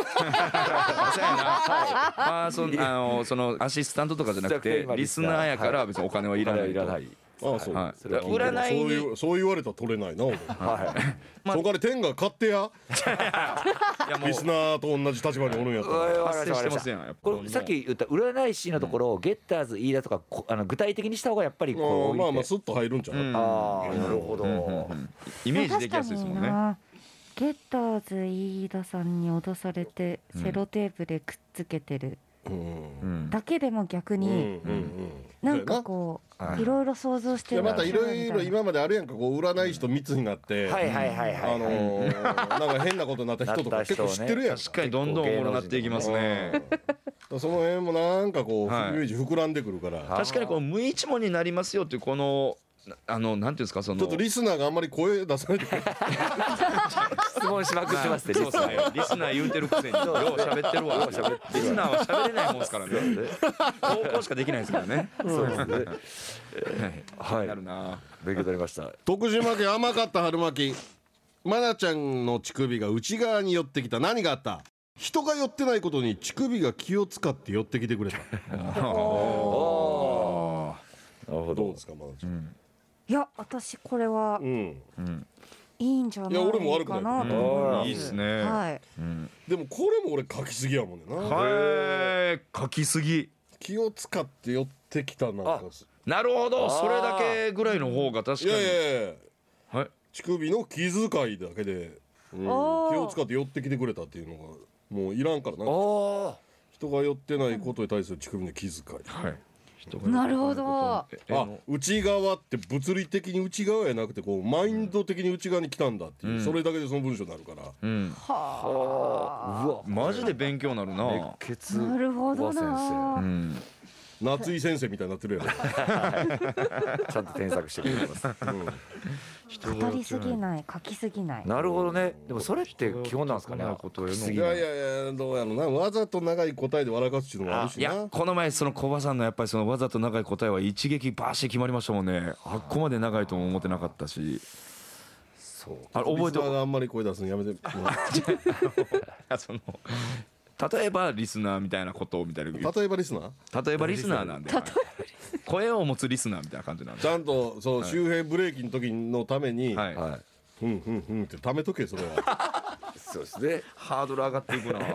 パーソンあのそのアシスタントとかじゃなくてリスナーやから別にお金はいらないと。 いらないああそう、 はいそれはそう占いにいうそう言われたら取れないな俺。 はいその代わり天が買ってや。 いやもうリスナーと同じ立場におるんやったら。 わか発生りましたわかりましたしてますやん。やっぱこれさっき言った占い師のところ、ゲッターズ飯田とかこあの具体的にした方がやっぱりこうまあまあ置いてスッと入るんちゃう、 うんああなるほど、 うんうんうんイメージできやすいですもんね。 確かになゲッターズ飯田さんに脅されてセロテープでくっつけてるうんうんだけでも逆うんうんになんかこはいういろいろ想像してるいやまたいろいろみ今まであるやんかこう占い師と密になって、 はいはいはいはい、 あのー、なんか変なことになった人とか結構知ってるやんか。 確かにどんどんおもろなっていきますね。 うんその辺もなんかこう、 はいイメージ膨らんでくるから、 確かにこう無一文になりますよっていうこのあのなんていうんですかそのちょっとリスナーがあんまり声出さないでくれ。 質問しまくってますねそうですね。リスナー言うてるくせによう喋ってるわ。リスナーは喋れないもんですからね。投稿しかできないですからね。 そうですねはいなるな。 勉強になりました徳島県甘かった春巻き。マナちゃんの乳首が内側に寄ってきた。何があった？人が寄ってないことに乳首が気を使って寄ってきてくれた。 なるほどうどですかマナちゃん。 いや私これはうん。 いいんじゃないいや俺も悪くないかなと思いますいいっすね。 はいでもこれも俺書きすぎやもんねな。 はい。書きすぎ。 気を使って寄ってきたなんか。 なるほど。 あーそれだけぐらいの方が確かに。 いやいやいや。 はい。 乳首の気遣いだけで、うん、気あーを使って寄ってきてくれたっていうのがもういらんからな。 あ人が寄ってないことに対する乳首の気遣い。 はい。 なるほどええあ、内側って物理的に内側やなくてこうマインド的に内側に来たんだっていう、 うんそれだけでその文章になるから。 うん。 あうわマジで勉強になるな。 熱血なるほど小川先なうん。 夏井先生みたいになってるやろ。 生ちゃんと添削してくれてます語りすぎない書きすぎないなるほどねでもそれって基本なんですかねそんなことへの書きすぎないいやいやいやどうやろなわざと長い答えで笑かすっていうのもあるしいやな。 この前その小葉さんのやっぱりそのわざと長い答えは一撃バーシ決まりましたもんね。あっこまで長いとも思ってなかったし。 そうあれ覚えてリスナーがあんまり声出すのやめて。 その例えばリスナーみたいなことみたいな例えばリスナー例えばリスナーなんで、はい声を持つリスナーみたいな感じなんでちゃんとそう周平ブレーキの時のために、 はい、 はいふんふんふんって貯めとけそれは。 そうですねハードル上がっていくな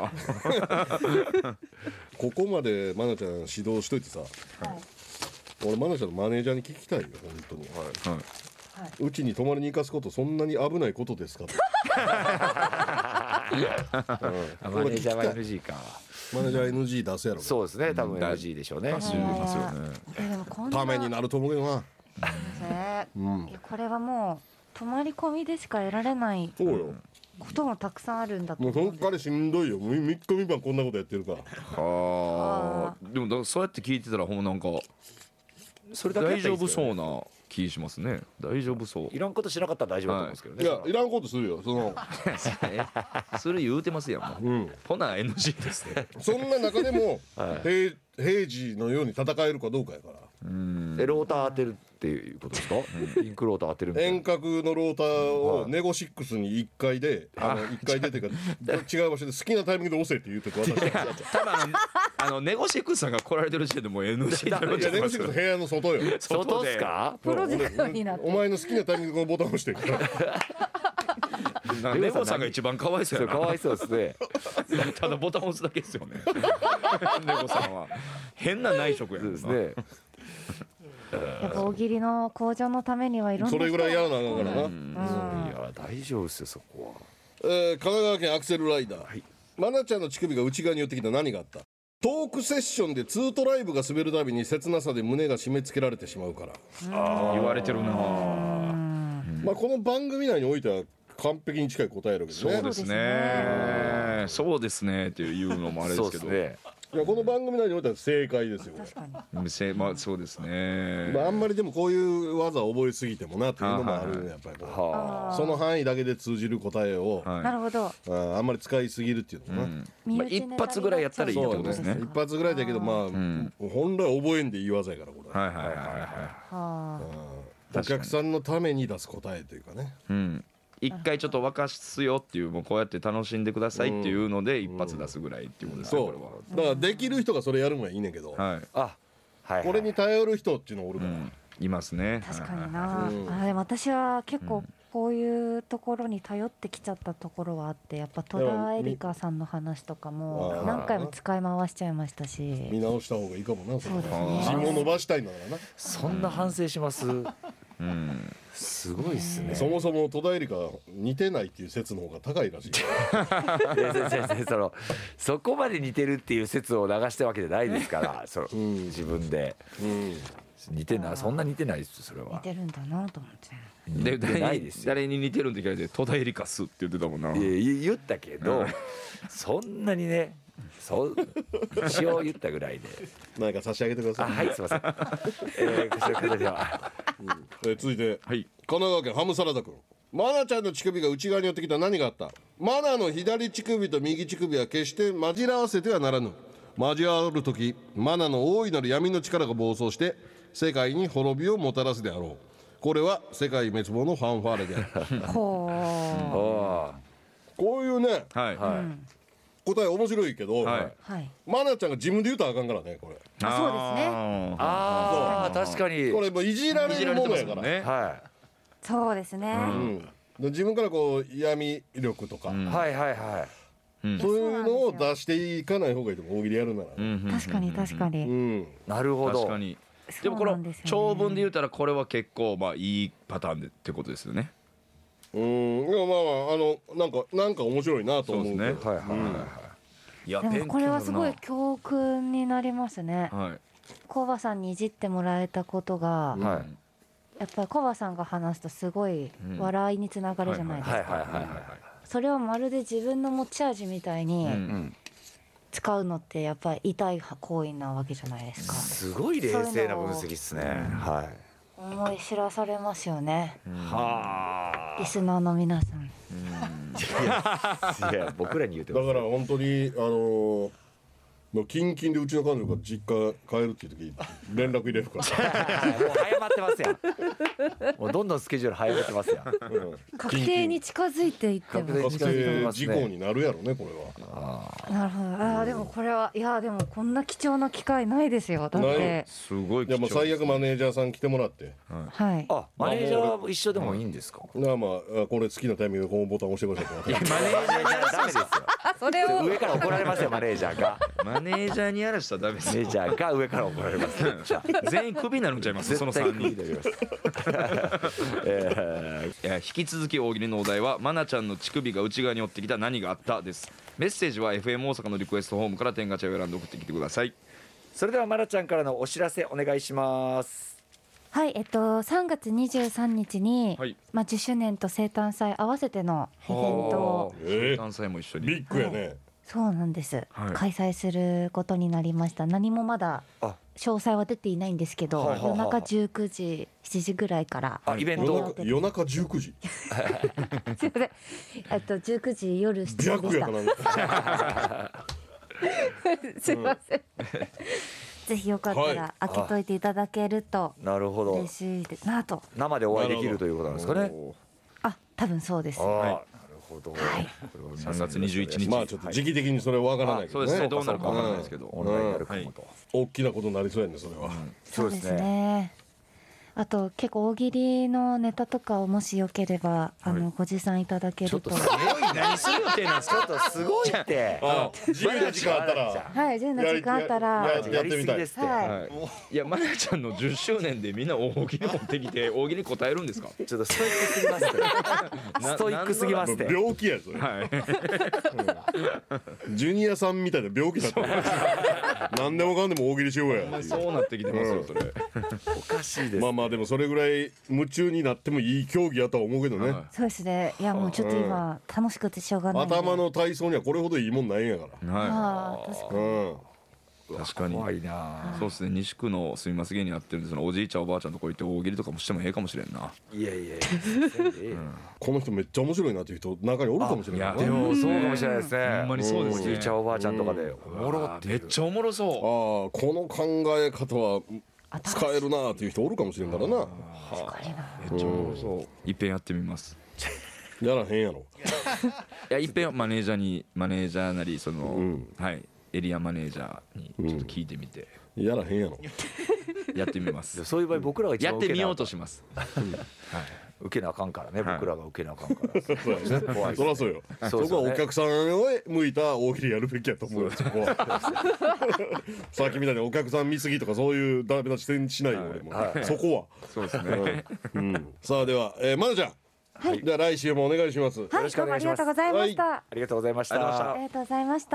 ここまでマナちゃん指導しといてさ、俺マナちゃんのマネージャーに聞きたいよ本当に。 はうちに泊まりに行かすことそんなに危ないことですかと。うんマネージャーはこれ聞きたいエヌジー かマネージャー エヌジー 出すやろ。 そうですね多分 エヌジー でしょうねい走りますよね。 いやでもこんなためになると思うけどな。 ねうんいやこれはもう泊まり込みでしか得られないそうよ。 こともたくさんあるんだともうそ思うんですんからしんどいよ。みみっかみばんこんなことやってるから。 あーでもだからそうやって聞いてたらほんまなんかそれだけや大丈夫ったらいいですよねそうな気しますね。大丈夫そういらんことしなかったら大丈夫だと思うんですけどねいやいらんことするよ。そのそれ言うてますやんもううん。 ほな エヌジー ですね。 そんな中でもはい平平時のように戦えるかどうかやから。 うんえローター当てるっていうことですかインクローター当てるみたいな遠隔のローターをはいネゴシックスにいっかいで、あのいっかいでっていうか違う場所で好きなタイミングで押せって言うてく私。い多分あのあのネゴシックスさんが来られてる時点でもう エヌジー になるんちゃやネゴいますシックス部屋の外よ。 外っすかプロジェクトになってお前の好きなタイミングでこのボタン押してるから。 なんかネゴさんが一番かわいそうやな。 それかわいそうですねただボタン押すだけですよね。ネゴさんは変な内職やんなそうですねやっぱ大喜利の向上のためにはいろんなそれぐらいやらなあかんからな。 うんいや大丈夫ですよそこはえー神奈川県アクセルライダー、マナちゃんの乳首が内側に寄ってきた。何があった？トークセッションでツートライブが滑るたびに切なさで胸が締め付けられてしまうから、 言われてるな。 まあこの番組内においては完璧に近い答えるわけどね。 そうですね。そうですねっていうのもあれですけど。 そうですいやこの番組内においては正解ですよ。 確かに。 まあそうですね、 まあ、あんまりでもこういう技を覚えすぎてもなっていうのもあるねやっぱりこうはその範囲だけで通じる答えを、 はいなるほど。 ああんまり使いすぎるっていうのかな、 うんまあ、一発ぐらいやったらいいってことですね。 一発ぐらいだけどまあ、 ん本来覚えんでいい技やからこれ、 はいはいはいはい、 はあ。 お客さんのために出す答えというかね。 うん、一回ちょっと沸かすよっていう、もうこうやって楽しんでくださいっていうので一発出すぐらいっていうことですね、 そうこだからできる人がそれやるのはいいねんけど、 れは。はい、 あ、はいはい、 これに頼る人っていうのがおるから、 うん、いますね。 確かにはいな。 うんあでも私は結構こういうところに頼ってきちゃったところはあって、やっぱ戸田恵梨香さんの話とかもあー何回も使い回しちゃいましたし。 見直した方がいいかもな。それそうです自ね。 分を伸ばしたいんだからな、 そんな反省しますうん、 すごいっすね。 そもそも戸田恵梨香似てないっていう説の方が高いらしい。 いや先生そのそこまで似てるっていう説を流したわけじゃないですからその、 ん自分でうん似てない、そんな似てないですそれは。 似てるんだなと思って。 で似てな誰にいですよ。 誰に似てるんって聞かれて戸田恵梨香すって言ってたもんな。 いや言ったけど、そんなにね、そう詩を言ったぐらいで。 なんか差し上げてくだあ、 さい。 はい、すいません。えー、それではえ続いて、 はい、 神奈川県ハムサラダ君。マナちゃんの乳首が内側に寄ってきた。何があった？マナの左乳首と右乳首は決して混じらわせてはならぬ。交わる時マナの大いなる闇の力が暴走して世界に滅びをもたらすであろう。これは世界滅亡のファンファーレである。 ほあこういうねはい、 ー、はい、 答え面白いけど、 はい、 う。はい。 マナちゃんが自分で言うたらあかんからねこれ。 あそうですね。 ね。 ああ、確かに。 これもういじられるものやから。 ね。 はそうですね。 うんで自分からこう闇力とか、 い、はいはいはい。 そういうのを出していかない方がいいと思う。大喜利やるなら、 うんうん確かに確かうに。 んなるほど。 確かに。でそうもこのなんですよね長文で言うたらこれは結構まあいいパターンでってことですよね。 うんいやまあまああのなんかなんか面白いなと思うけどそうですはいはいはいはいやでもこれはすごい教訓になりますね。 はい。 コバさんにいじってもらえたことが、 い。はいやっぱりコバさんが話すとすごい笑いにつながるじゃないですか。 はいはいはいはい。 それをまるで自分の持ち味みたいにうんうん。 使うのってやっぱり痛い行為なわけじゃないですか。 すごい冷静な分析っすね。はい。 思い知らされますよね。 はリスナーの皆さん。 あ。いや僕らに言うてだます。 から本当にあのーもうキンキンでうちの彼女が実家帰るっていう時連絡入れるからもう早まってますやん。もうどんどんスケジュール早まってますやん。 うん確定に近づいていってます。 確定事項になるやろねこれは。 なるほど。ああでもこれはいやでもこんな貴重な機会ないですよ。だっないてすごい貴いやもう重です。 最悪マネージャーさん来てもらってはい。 あ、マネージャーは一緒でもいいんですか。 なあまあこれ好きなタイミングでこのボタン押してくださいっていやマネージャーにやらダメですよ。 それを上から怒られますよマネージャーが。 マネージャーにやらしたらダメですマネージャーが上から怒られます。じゃあ全員クビになるんちゃいますその絶対さんにん。 クビになります。ええー引き続き大喜利のお題は「マナちゃんの乳首が内側に寄ってきた何があった?」です。メッセージは エフエム 大阪のリクエストホームから天ガチャを選んで送ってきてください。 ーそれではマナちゃんからのお知らせお願いします。 はいえっとさんがつにじゅうさんにちに、 はいまあじゅっしゅうねんと生誕祭合わせてのイベントをえ男性も一緒に。 ビッグやね。 そうなんです、 はい開催することになりました。何もまだあ詳細は出ていないんですけど、 はいはいはい夜中じゅうくじしちじぐらいからあイベント夜中夜中じゅうくじすいませんえっとじゅうくじ夜しちじでした白やかな。 すいません、ぜひよかったら開けといていただけるとなるほど嬉。しいなと。 生でお会いできるということなんですかね。 あ多分そうです。 ああ、 はなるほど。 さんがつにじゅういちにち。 まあちょっと時期的にそれは分からないけどそうですね。 ね。 どうなるかわからないですけど。 オンラインになるかもと。 大きなことになりそうやねそれは。 そうですね。あと結構大喜利のネタとかをもしよければあのご持参いただけると。 何する予定なんですか。 ちょっとすごいって。 あ自由な時間あったらはい、じゅうの時間あったら。 やはやってみたい。 やりすぎですって。 い。 いやマナちゃんのじゅっしゅうねんでみんな大喜利持ってきて大喜利答えるんですか。 ちょっとストイックすぎますって。ストイックすぎますって。 病気やそれ。 はい。 ジュニアさんみたいな病気だったら何でもかんでも大喜利しようやっていう。 そうなってきてますよそれ。 おかしいです。 まあまあでもそれぐらい夢中になってもいい競技やとは思うけどね。 はそうですね。いやもうちょっと今楽しくてしょうがないんで。 頭の体操にはこれほどいいもんないんやかはい。 ああ確から。うん。 確かに怖いな。 そうですね。西区の住みます芸にやってるんで、そのおじいちゃんおばあちゃんとこ行って大喜利とかもしてもええかもしれんな。 いやいやいや、 この人めっちゃ面白いなっていう人中におるかもしれないな。 でもそうかもしれないですね。 ほんまにそうですね。 おじいちゃんおばあちゃんとかでおもろっていう。 めっちゃおもろそう。 ああこの考え方は使えるなっていう人おるかもしれんからな。 めっちゃおもろそう。いっぺんやってみます。 やらへんやろ。 いやいっぺんマネージャーにマネージャーなりその、 んはいエリアマネージャーにちょっと聞いてみて、 やらへんやろ。 やってみますそういう場合僕らが一番やってみようとします、 受けなあかんからね、 はい僕らが受けなあかんから怖いそりゃそうよ。そこはお客さんへ向いた大喜利やるべきやと思うよ。そこはさっきみたいにお客さん見すぎとかそういうダメ出ししないよ俺も。そこは。 そうですね。 うんさあではえーまなちゃん。 はいじゃあ来週もお願いします。 はい、どうもありがとうございました。 ありがとうございましたありがとうございました。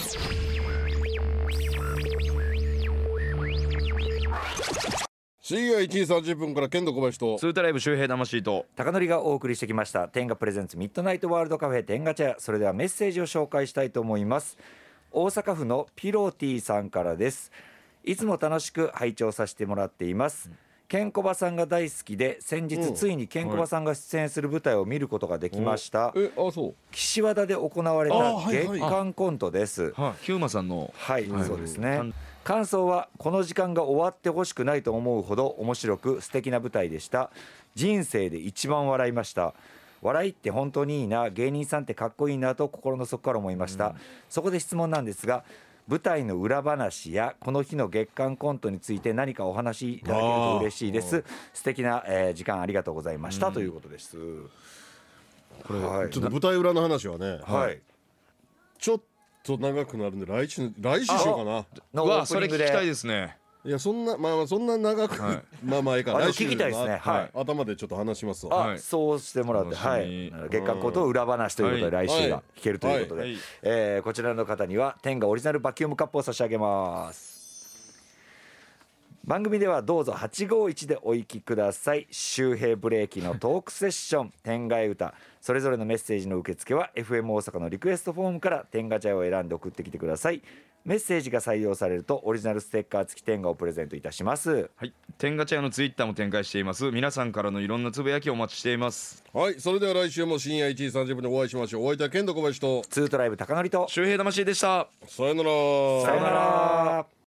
深夜いちじさんじゅっぷんから剣道小林とツータライブ周平魂と高典がお送りしてきました天下プレゼンツミッドナイトワールドカフェ天下茶屋。それではメッセージを紹介したいと思います。大阪府のピロティさんからです。いつも楽しく拝聴させてもらっています。ケンコバさんが大好きで先日、 うんついにケンコバさんが出演する舞台を見ることができました。 えあそう岸和田で行われあたはいはい月間コントです。 はいヒューマさんのはい、そうですね。感想はこの時間が終わってほしくないと思うほど面白く素敵な舞台でした。人生で一番笑いました。笑いって本当にいいな、芸人さんってかっこいいなと心の底から思いました、うん、そこで質問なんですが、舞台の裏話やこの日の月間コントについて何かお話しいただけると嬉しいです。素敵な、えー、時間ありがとうございました、うん、ということです。 これ、はい、ちょっと舞台裏の話はね、 はい、 ちょっと長くなるんで来週来週しようかな。 うわそれ聞きたいですね。 いやそんなまあまあそんな長く、はい、まあまあいいから来週聞きたいですね、はい、 頭でちょっと話しますわ。 あ、はい、そうしてもらって、はい、月間コント裏話ということで来週が聞けるということで、はいはい、えー、こちらの方には天下オリジナルバキュームカップを差し上げます。番組ではどうぞはちごいちでお行きください。周平ブレーキのトークセッション天下歌、それぞれのメッセージの受付は エフエム 大阪のリクエストフォームから天下茶屋を選んで送ってきてください。メッセージが採用されるとオリジナルステッカー付き天下をプレゼントいたします。 はい、天下茶屋のツイッターも展開しています。皆さんからのいろんなつぶやきをお待ちしています。 はい、それでは来週も深夜いちじさんじゅっぷんでお会いしましょう。お相手は剣道小林とツートライブ高典と周平魂でした。 さよなら。 さよなら。